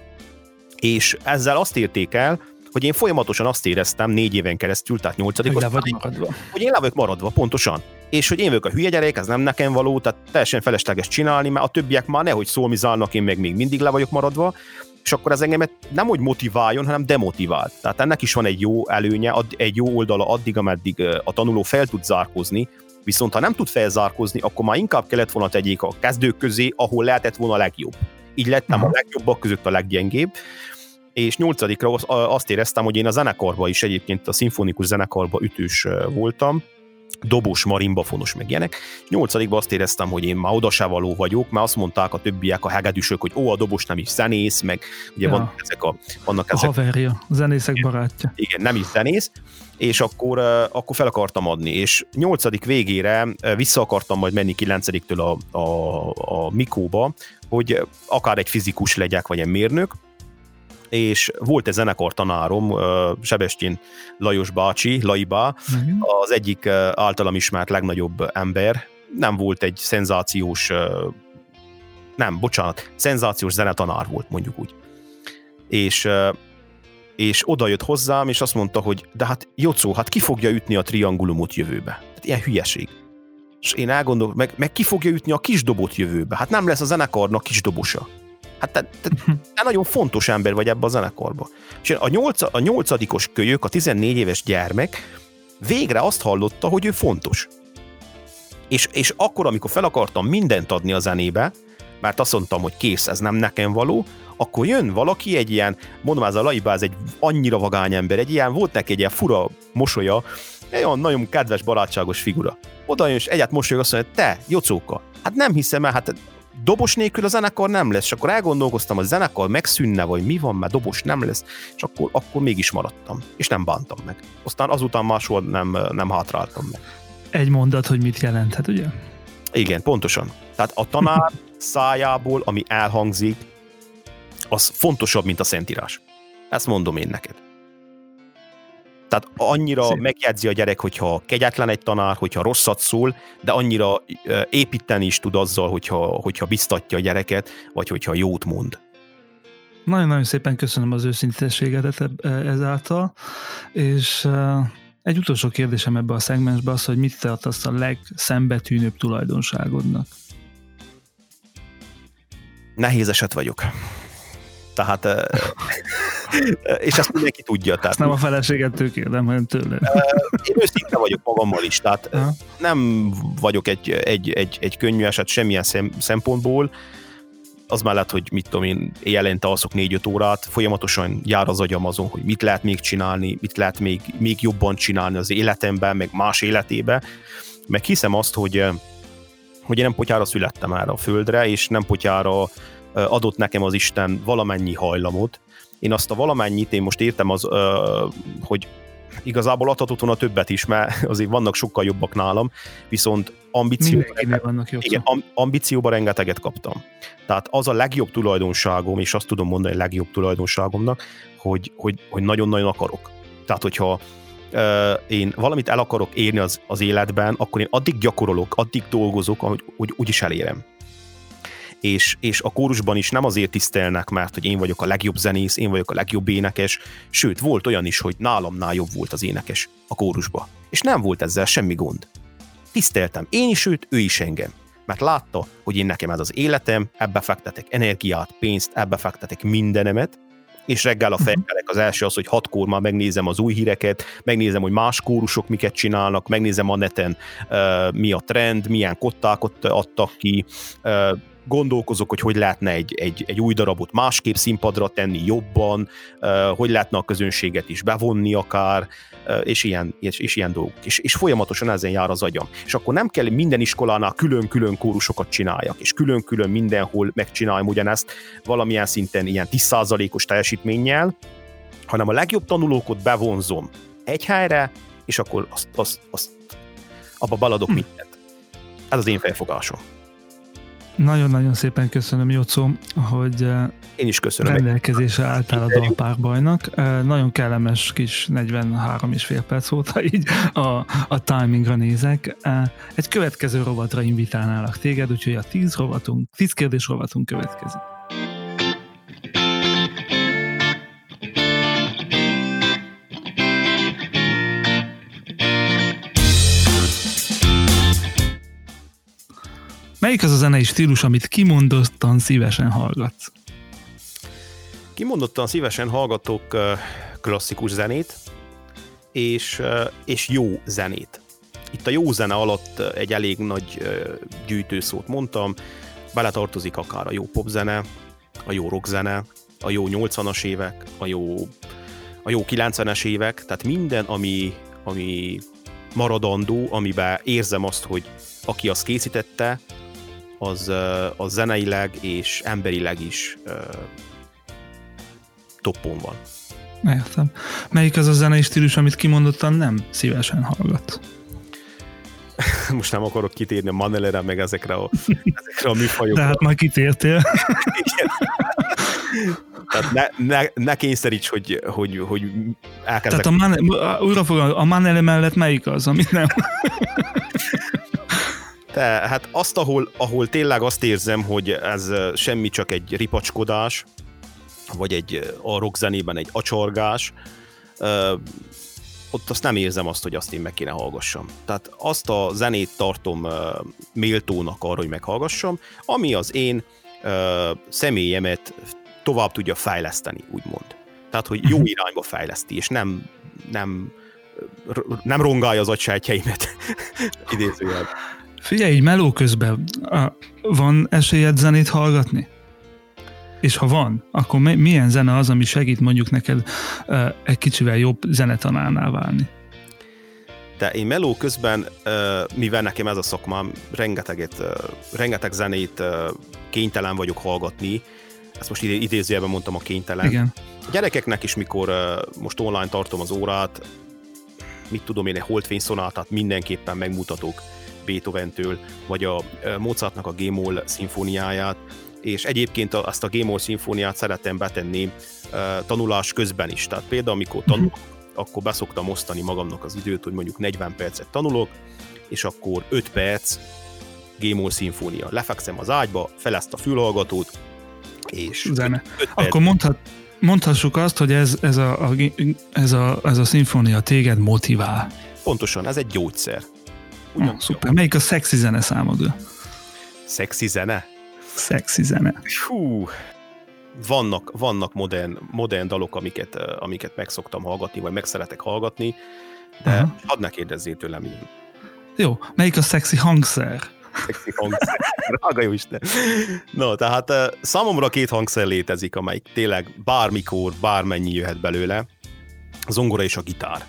És ezzel azt érték el, hogy én folyamatosan azt éreztem 4 éven keresztül, tehát 8. hogy én le vagyok maradva, pontosan. És hogy én vagyok a hülye gyerek, ez nem nekem való, tehát teljesen felesleges csinálni, mert a többiek már nehogy szólmizálnak, én meg még mindig le vagyok maradva, és akkor ez engemet nem hogy motiváljon, hanem demotivált. Tehát ennek is van egy jó előnye, egy jó oldala addig, ameddig a tanuló fel tud zárkózni, viszont ha nem tud felzárkózni, akkor már inkább kellett volna tegyék a kezdők közé, ahol lehetett volna a legjobb. Így lettem a legjobbak között a leggyengébb, és 8-ra azt éreztem, hogy én a zenekarban is egyébként a szimfonikus zenekarban ütős voltam, dobos, marimbafonos, meg ilyenek. 8-ban azt éreztem, hogy én már oda se való vagyok, mert azt mondták a többiek, a hegedűsök, hogy a dobos nem is zenész, meg ugye vannak ezek haverja, a zenészek barátja. Igen, nem is zenész, és akkor fel akartam adni, és 8. végére vissza akartam majd menni 9-től a Mikóba, hogy akár egy fizikus legyek, vagy egy mérnök, és volt egy zenekartanárom, Sebestyén Lajos bácsi, Laibá, az egyik általam ismert legnagyobb ember, nem volt egy szenzációs zenetanár volt, mondjuk úgy. És oda jött hozzám, és azt mondta, hogy de hát Jocó, hát ki fogja ütni a triangulumot jövőbe? Hát ilyen hülyeség. És én elgondolom, meg ki fogja ütni a kisdobot jövőbe? Hát nem lesz a zenekarnak kisdobosa. Hát te nagyon fontos ember vagy ebbe a zenekarba. És a 8. kölyök, a 14 éves gyermek végre azt hallotta, hogy ő fontos. És akkor, amikor fel akartam mindent adni a zenébe, mert azt mondtam, hogy kész, ez nem nekem való, akkor jön valaki, egy ilyen, mondom, ez a Laibá, ez egy annyira vagány ember, volt neki egy ilyen fura mosolya, egy olyan nagyon kedves, barátságos figura. Oda jön, és egyáltalán mosolyog, azt mondja, te, Jocóka, hát nem hiszem el, hát dobos nélkül a zenekar nem lesz, és akkor elgondolkoztam, hogy a zenekar megszűnne, vagy mi van, mert dobos nem lesz, és akkor mégis maradtam, és nem bántam meg. Azután máshol nem hátráltam meg. Egy mondat, hogy mit jelenthet, ugye? Igen, pontosan. Tehát a tanár szájából, ami elhangzik, az fontosabb, mint a szentírás. Ezt mondom én neked. Tehát annyira megjegyzi a gyerek, hogyha kegyetlen egy tanár, hogyha rosszat szól, de annyira építeni is tud azzal, hogyha biztatja a gyereket, vagy hogyha jót mond. Nagyon-nagyon szépen köszönöm az őszintességedet ezáltal, és egy utolsó kérdésem ebbe a szegmensbe az, hogy mit tartasz a legszembetűnőbb tulajdonságodnak? Nehéz eset vagyok. Tehát És ezt mindenki tudja. Tehát, ezt nem a feleségettől kérdem, hanem tőle. Én őszinte vagyok magammal is, tehát nem vagyok egy könnyű eset semmilyen szempontból, az mellett, hogy mit tudom én, éjjelente alszok 4-5 órát, folyamatosan jár az agyam azon, hogy mit lehet még csinálni, mit lehet még jobban csinálni az életemben, meg más életébe, meg hiszem azt, hogy én nem potyára születtem erre a földre, és nem potyára adott nekem az Isten valamennyi hajlamot. Én azt a valamennyit, én most értem az, hogy igazából adhatott volna többet is, mert azért vannak sokkal jobbak nálam, viszont ambícióban rengeteget kaptam. Tehát az a legjobb tulajdonságom, és azt tudom mondani, hogy legjobb tulajdonságomnak, hogy nagyon-nagyon akarok. Tehát, hogyha én valamit el akarok érni az életben, akkor én addig gyakorolok, addig dolgozok, hogy úgyis elérem. És a kórusban is nem azért tisztelnek, mert hogy én vagyok a legjobb zenész, én vagyok a legjobb énekes, sőt, volt olyan is, hogy nálamnál jobb volt az énekes a kórusba. És nem volt ezzel semmi gond. Tiszteltem én is őt, ő is engem. Mert látta, hogy én nekem ez az életem, ebbe fektetek energiát, pénzt, ebbe fektetek mindenemet, és reggel a felkelek, az első az, hogy 6-kor már megnézem az új híreket, megnézem, hogy más kórusok miket csinálnak, megnézem a neten mi a trend, milyen kottákat adtak ki, gondolkozok, hogy lehetne egy új darabot másképp színpadra tenni jobban, hogy lehetne a közönséget is bevonni akár, és ilyen dolgok. És folyamatosan ezen jár az agyam. És akkor nem kell minden iskolánál külön-külön kórusokat csináljak, és külön-külön mindenhol megcsináljam ugyanezt valamilyen szinten ilyen 10%-os teljesítménnyel, hanem a legjobb tanulókat bevonzom egy helyre, és akkor azt abba baladok mindent. Ez az én felfogásom. Nagyon-nagyon szépen köszönöm, Jocó, hogy én is köszönöm. Rendelkezésre álltál a Dalpárbajnak. Nagyon kellemes kis 43,5 perc óta így a timingra nézek. Egy következő rovatra invitálnálak téged, úgyhogy a 10 kérdés rovatunk következik. Melyik az a zenei stílus, amit kimondottan szívesen hallgatsz? Kimondottan szívesen hallgatok klasszikus zenét, és jó zenét. Itt a jó zene alatt egy elég nagy gyűjtőszót mondtam, beletartozik akár a jó popzene, a jó rockzene, a jó 80-as évek, a jó 90-es évek, tehát minden, ami maradandó, amiben érzem azt, hogy aki azt készítette, az zeneileg és emberileg is toppon van. Értem. Melyik az a zenei stílus, amit kimondottan nem szívesen hallgat? Most nem akarok kitérni a Manelere, meg ezekre a műfajokra. De hát már kitértél. Tehát ne kényszeríts, hogy elkezdek. Tehát a Manele mellett melyik az, amit nem? Hát azt, ahol tényleg azt érzem, hogy ez semmi, csak egy ripacskodás, vagy a rockzenében egy acsorgás, ott azt nem érzem azt, hogy azt én meg kéne hallgassam. Tehát azt a zenét tartom méltónak arra, hogy meghallgassam, ami az én személyemet tovább tudja fejleszteni, úgymond. Tehát, hogy jó irányba fejleszti, és nem rongálja az agysejtjeimet. Idézőjel. Figyelj, így meló közben van esélyed zenét hallgatni? És ha van, akkor milyen zene az, ami segít mondjuk neked egy kicsivel jobb zenetanárnál válni? De én meló közben, mivel nekem ez a szakmám, rengeteg zenét kénytelen vagyok hallgatni, ezt most idézőjelben mondtam, a kénytelen. Igen. A gyerekeknek is, mikor most online tartom az órát, mit tudom én, egy Holdfény szonátát mindenképpen megmutatok Beethoventől, vagy a Mozartnak a G-moll szimfóniáját, és egyébként azt a G-moll szimfóniát szeretem betenni tanulás közben is. Tehát például, amikor tanulok, akkor beszoktam osztani magamnak az időt, hogy mondjuk 40 percet tanulok, és akkor 5 perc G-moll szimfónia. Lefekszem az ágyba, felezt a fülhallgatót, és zene. Akkor mondhassuk azt, hogy ez a szimfónia téged motivál. Pontosan, ez egy gyógyszer. Szuper. Melyik a szexi zene számodra? Szexi zene? Szexi zene. Hú. vannak modern dalok, amiket meg szoktam hallgatni, vagy meg szeretek hallgatni, de hadd ne kérdezzél tőlem ilyen. Jó, melyik a szexi hangszer? Szexi hangszer, rága jó Isten. No, tehát számomra 2 hangszer létezik, amelyik tényleg bármikor, bármennyi jöhet belőle, a zongora és a gitár.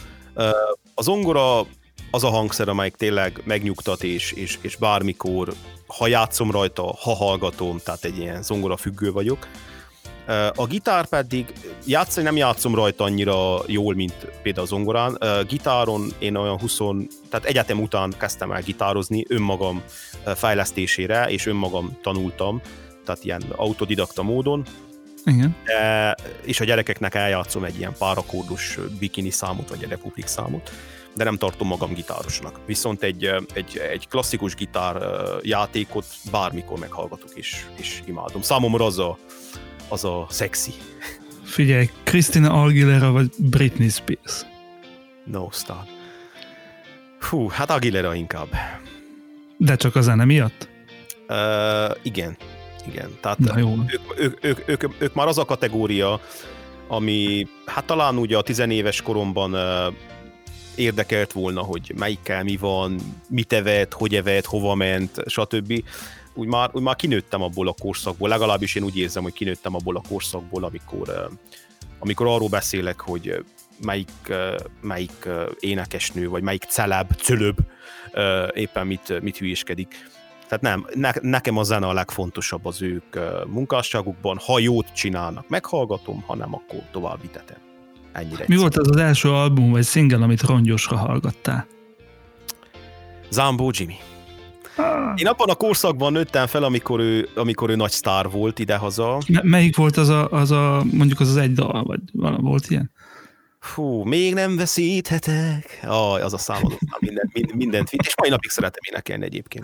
A zongora az a hangszer, amelyik tényleg megnyugtat, és bármikor, ha játszom rajta, ha hallgatom, tehát egy ilyen zongora függő vagyok. A gitár pedig játszani nem játszom rajta annyira jól, mint például a zongorán. Gitáron én olyan tehát egyetem után kezdtem el gitározni önmagam fejlesztésére, és önmagam tanultam, tehát ilyen autodidakta módon. Igen. És a gyerekeknek eljátszom egy ilyen párakórdus bikini számot, vagy egy republik számot, de nem tartom magam gitárosnak. Viszont egy klasszikus gitár játékot bármikor meghallgatok, és imádom. Számomra az a szexi. Figyelj, Christina Aguilera vagy Britney Spears? No, stop. Hú, hát Aguilera inkább. De csak a zene miatt? Igen. Tehát jó. ők már az a kategória, ami hát talán ugye a 10 éves koromban érdekelt volna, hogy melyikkel mi van, mit evett, hogy evett, hova ment, stb. Úgy már kinőttem abból a korszakból, legalábbis én úgy érzem, hogy kinőttem abból a korszakból, amikor arról beszélek, hogy melyik énekesnő, vagy melyik cölöb éppen mit hülyéskedik. Tehát nekem a zene a legfontosabb az ők munkásságukban. Ha jót csinálnak, meghallgatom, ha nem, akkor tovább vitetem. Ennyire. Mi volt az első album vagy single, amit rongyosra hallgattál? Zambó Jimmy. Én abban a korszakban nőttem fel, amikor ő nagy sztár volt idehaza. Melyik volt az mondjuk az egy dal, vagy volt ilyen? Fú, még nem veszíthetek. Az a számodó, mindent és mai napig szeretem énekelni egyébként.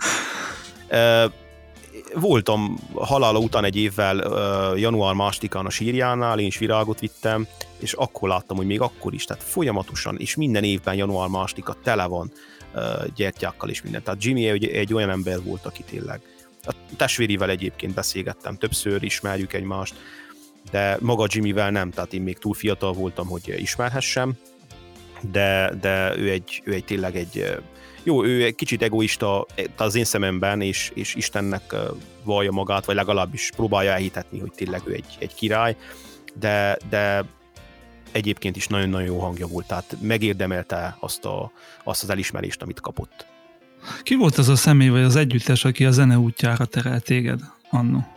Voltam halála után egy évvel január 2-án a sírjánál, én is virágot vittem, és akkor láttam, hogy még akkor is, tehát folyamatosan, és minden évben január 2-a tele van gyertyákkal és minden. Tehát Jimmy egy olyan ember volt, aki tényleg. A testvérivel egyébként beszélgettem, többször ismerjük egymást, de maga Jimmyvel nem, tehát én még túl fiatal voltam, hogy ismerhessem, de ő egy tényleg egy jó, ő egy kicsit egoista az én szememben, és Istennek vallja magát, vagy legalábbis próbálja elhitetni, hogy tényleg ő egy király, de egyébként is nagyon-nagyon jó hangja volt, tehát megérdemelte azt az elismerést, amit kapott. Ki volt az a személy, vagy az együttes, aki a zene útjára terelt téged annó?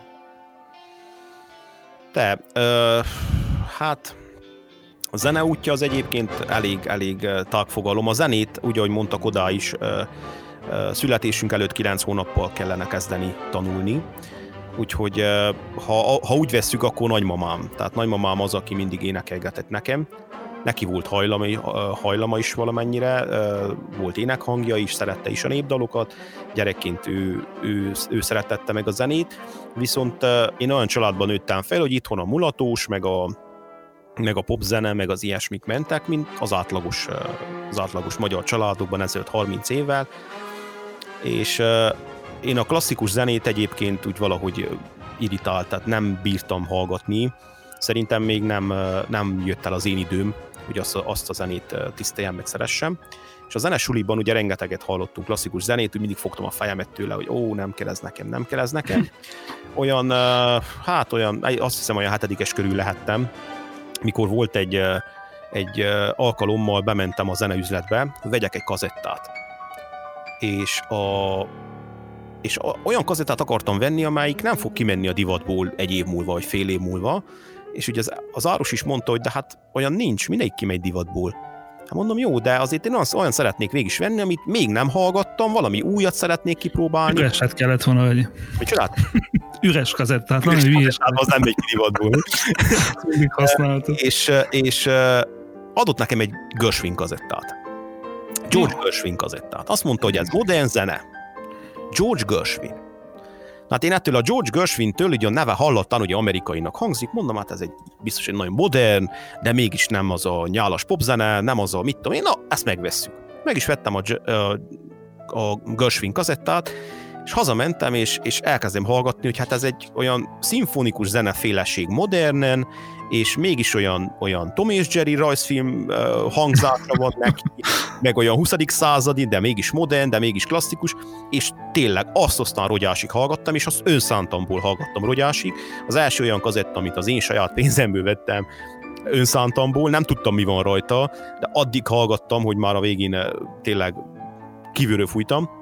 Hát a zene útja az egyébként elég tágfogalom. A zenét, úgy ahogy mondta Kodá is, születésünk előtt 9 hónappal kellene kezdeni tanulni. Úgyhogy ha úgy vesszük, akkor nagymamám. Tehát nagymamám az, aki mindig énekelgetett nekem. Neki volt hajlama is valamennyire, volt énekhangja is, szerette is a népdalokat. Gyerekként ő szeretette meg a zenét. Viszont én olyan családban nőttem fel, hogy itthon a mulatós, meg a popzene, meg az ilyesmik mentek, mint az átlagos magyar családokban ezelőtt 30 évvel. És én a klasszikus zenét egyébként úgy valahogy irritált, tehát nem bírtam hallgatni. Szerintem még nem jött el az én időm, hogy azt a zenét tiszteljem, meg szeressem. És a zenesuliban ugye rengeteget hallottunk klasszikus zenét, úgy mindig fogtam a fejemet tőle, hogy nem kell ez nekem. Olyan, azt hiszem olyan 7-es körül lehettem, mikor volt egy alkalommal bementem a zeneüzletbe, hogy vegyek egy kazettát. És olyan kazettát akartam venni, amelyik nem fog kimenni a divatból egy év múlva, vagy fél év múlva, és ugye az árus is mondta, hogy de hát olyan nincs, mindegyik kimegy divatból. Hát mondom, jó, de azért én olyan szeretnék végig venni, amit még nem hallgattam, valami újat szeretnék kipróbálni. Üreset kellett volna, hogy... Mit csinált? Üres kazettát, valami ügyes. Az nem megy ki divatból. Mindig használtam. És adott nekem egy Gershwin kazettát. George Gershwin kazettát. Azt mondta, hogy ez modern zene. George Gershwin. Hát én ettől a George Gershwin-től, ugye a neve hallattan, ugye amerikainak hangzik, mondom, hát ez biztos egy nagyon modern, de mégis nem az a nyálas popzene, nem az a mit tudom én, na, ezt megvesszük. Meg is vettem a Gershwin kazettát, És hazamentem, és elkezdem hallgatni, hogy hát ez egy olyan szimfonikus zeneféleség modernen, és mégis olyan Tom és Jerry rajzfilm hangzása van neki, meg olyan 20. századi, de mégis modern, de mégis klasszikus, és tényleg azt aztán Rogyásig hallgattam, és azt önszántamból hallgattam Rogyásig. Az első olyan kazetta, amit az én saját pénzemből vettem, önszántamból, nem tudtam, mi van rajta, de addig hallgattam, hogy már a végén tényleg kívülről fújtam.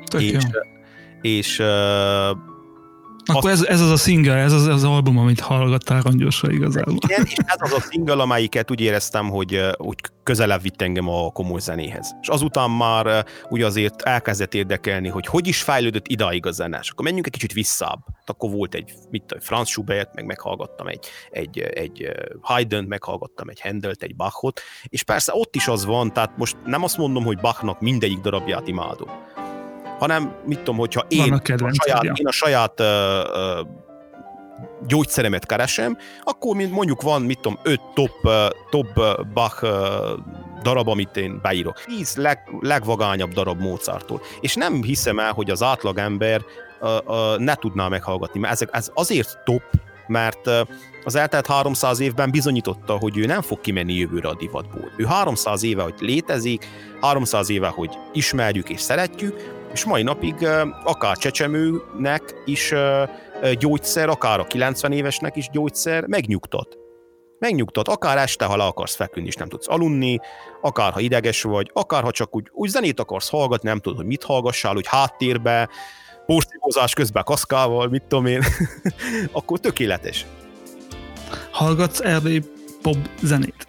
És akkor ez az a single, ez az album, amit hallgattál rongyosra igazából. Igen, és ez az a single, amelyiket úgy éreztem, hogy közelebb vitt engem a komoly zenéhez. És azután már ugye azért elkezdett érdekelni, hogy is fejlődött idáig a zene. És akkor menjünk egy kicsit visszább. Akkor volt egy Franz Schubert, meg meghallgattam egy Haydn-t, meghallgattam egy Handelt, egy Bachot, és persze ott is az van, tehát most nem azt mondom, hogy Bachnak mindegyik darabját imádom, hanem mit tudom, hogyha én a saját gyógyszeremet keresem, akkor mondjuk van, mit tudom, 5 top Bach darab, amit én beírok. 10 legvagányabb darab Mozarttól. És nem hiszem el, hogy az átlagember ne tudná meghallgatni, mert ez azért top, mert az eltelt 300 évben bizonyította, hogy ő nem fog kimenni jövőre a divatból. Ő 300 éve, hogy létezik, 300 éve, hogy ismerjük és szeretjük, és mai napig akár csecsemőnek is gyógyszer, akár a 90 évesnek is gyógyszer megnyugtat, akár este, ha le akarsz feküdni és nem tudsz aludni, akár ha ideges vagy, akár ha csak úgy zenét akarsz hallgatni, nem tudod, hogy mit hallgassál, hogy háttérbe, porszívózás közben kaszkával, mit tudom én, akkor tökéletes. Hallgatsz erdélyi pop zenét?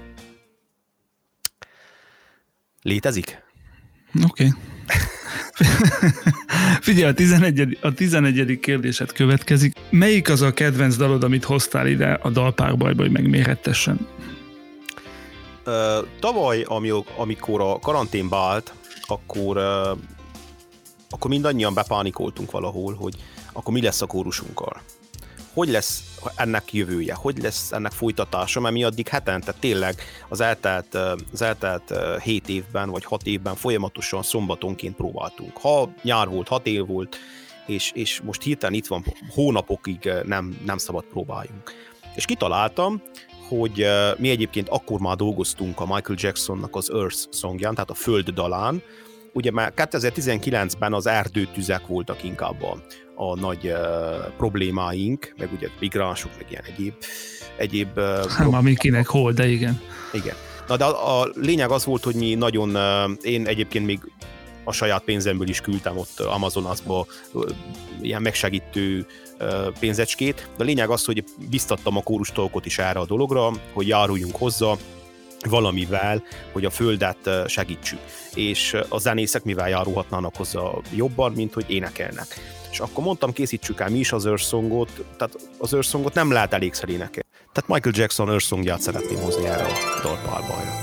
Létezik? Oké. Figyelj, a 11. kérdésed következik. Melyik az a kedvenc dalod, amit hoztál ide a dalpárbajba, hogy megmérhettessen? Tavaly, amikor a karanténba állt, akkor mindannyian bepánikoltunk valahol, hogy akkor mi lesz a kórusunkkal. Hogy lesz ennek jövője, hogy lesz ennek folytatása, mert mi addig hetente tényleg az eltelt 7 évben vagy 6 évben folyamatosan szombatonként próbáltunk. Ha nyár volt, 6 év volt, és most hirtelen itt van, hónapokig nem szabad próbáljunk. És kitaláltam, hogy mi egyébként akkor már dolgoztunk a Michael Jacksonnak az Earth songján, tehát a Föld dalán. Ugye már 2019-ben az erdőtüzek voltak inkább a nagy problémáink, meg ugye migránsok, meg ilyen egyéb amikinek hol, de igen. Igen. Na de a lényeg az volt, hogy mi nagyon, én egyébként még a saját pénzemből is küldtem ott Amazonasba ilyen megsegítő pénzecskét, de a lényeg az, hogy biztattam a kórustolkot is erre a dologra, hogy járuljunk hozzá valamivel, hogy a földet segítsük. És a zenészek mivel járulhatnának hozzá jobban, mint hogy énekelnek. És akkor mondtam, készítsük el mi is az Earth Songot, tehát az Earth Songot nem lehet elégszer énekelni. Tehát Michael Jackson Earth Songját szeretném hozni erre a dalpárbajra.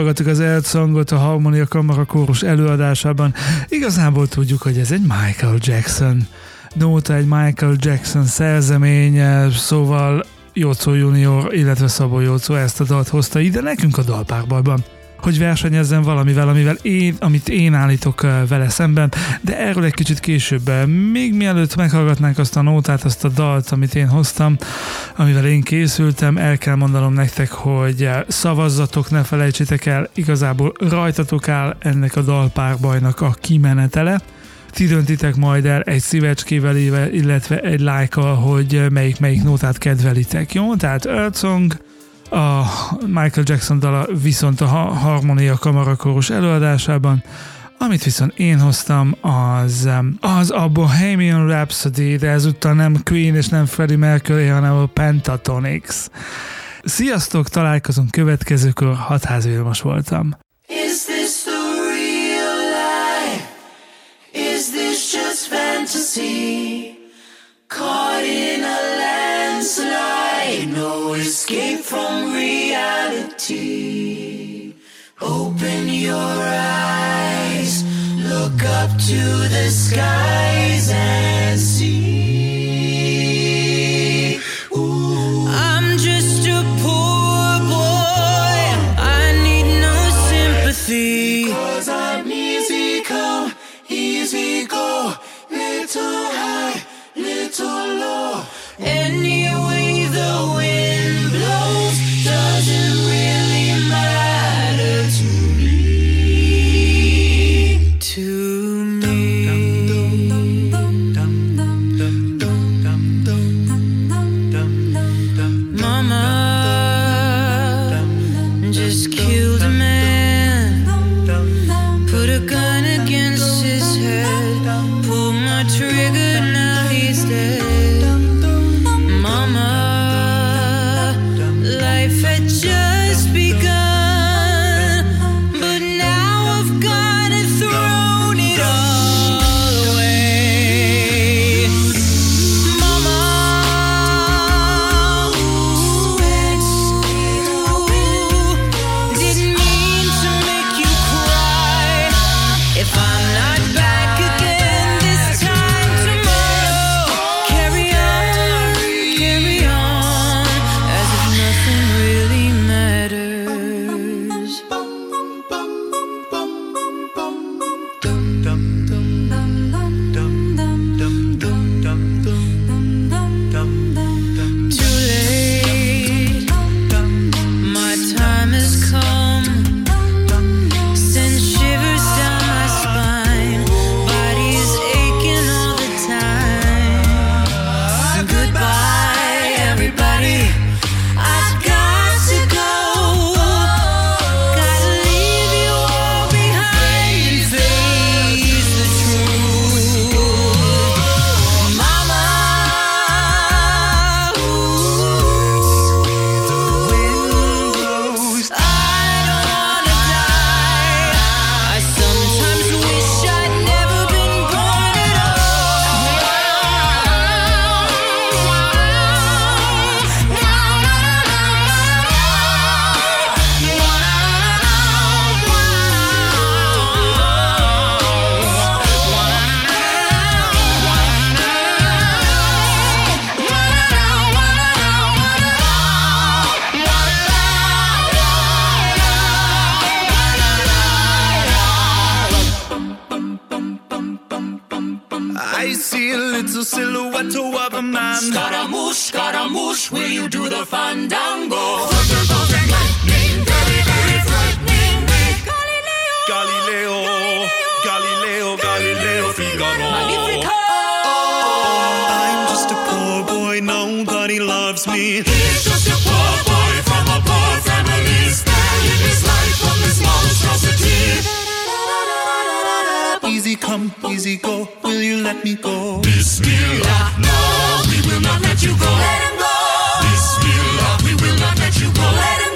meghallgattuk az Earth Songot a Harmonia Kamara kórus előadásában. Igazából tudjuk, hogy ez egy Michael Jackson nóta, egy Michael Jackson szerzemény, szóval Jocó Junior, illetve Szabó Jocó ezt a dalt hozta ide nekünk a dalpárbajban, hogy versenyezzen valamivel, amit én állítok vele szemben, de erről egy kicsit később. Még mielőtt meghallgatnánk azt a nótát, azt a dalt, amit én hoztam, amivel én készültem, el kell mondanom nektek, hogy szavazzatok, ne felejtsétek el, igazából rajtatok áll ennek a dalpárbajnak a kimenetele. Ti döntitek majd el egy szívecskével, illetve egy lájkkal, hogy melyik nótát kedvelitek, jó? Tehát Earth Song, a Michael Jackson dala viszont a Harmonia Kamara kórus előadásában, amit viszont én hoztam, az a Bohemian Rhapsody, de ezúttal nem Queen és nem Freddie Mercury, hanem a Pentatonix. Sziasztok, találkozunk következőkor, Hatházi Vilmos voltam. Is this the real life? Is this just fantasy? Caught in a landslide, no escape from reality. Open your eyes, look up to the skies and see. Ooh. I'm just a poor boy, I need no sympathy. 'Cause I'm easy come, easy go, little high, little low. Any way the wind blows doesn't really matter to me. To me. Mama just killed a man, put a gun against his head, pulled my trigger, now he's dead. Mama, life had just begun, but now I've gone and thrown it all away. Mama, didn't mean to make you cry. If I'm not back again this time tomorrow, carry on, as if nothing really matters. Too late, my time has come. Send shivers down my spine, body's aching all the time. Goodbye, everybody, I've got to go. Gotta leave you all behind and face the truth. Mama, the wind blows. I don't wanna die. I sometimes wish I'd never been born at I see a little silhouette of a man. Scaramouche, will you do the fandango? Thunderbolt and lightning, very, very frightening. Galileo Figaro. Magnifico! I'm just a poor boy, nobody loves me. He's just a poor boy from a poor family, sparing his life from this monstrosity. Easy come, easy go, will you let me go? Bismillah, no, we will not let you go. Let him go. Bismillah, we will not let you go. Let him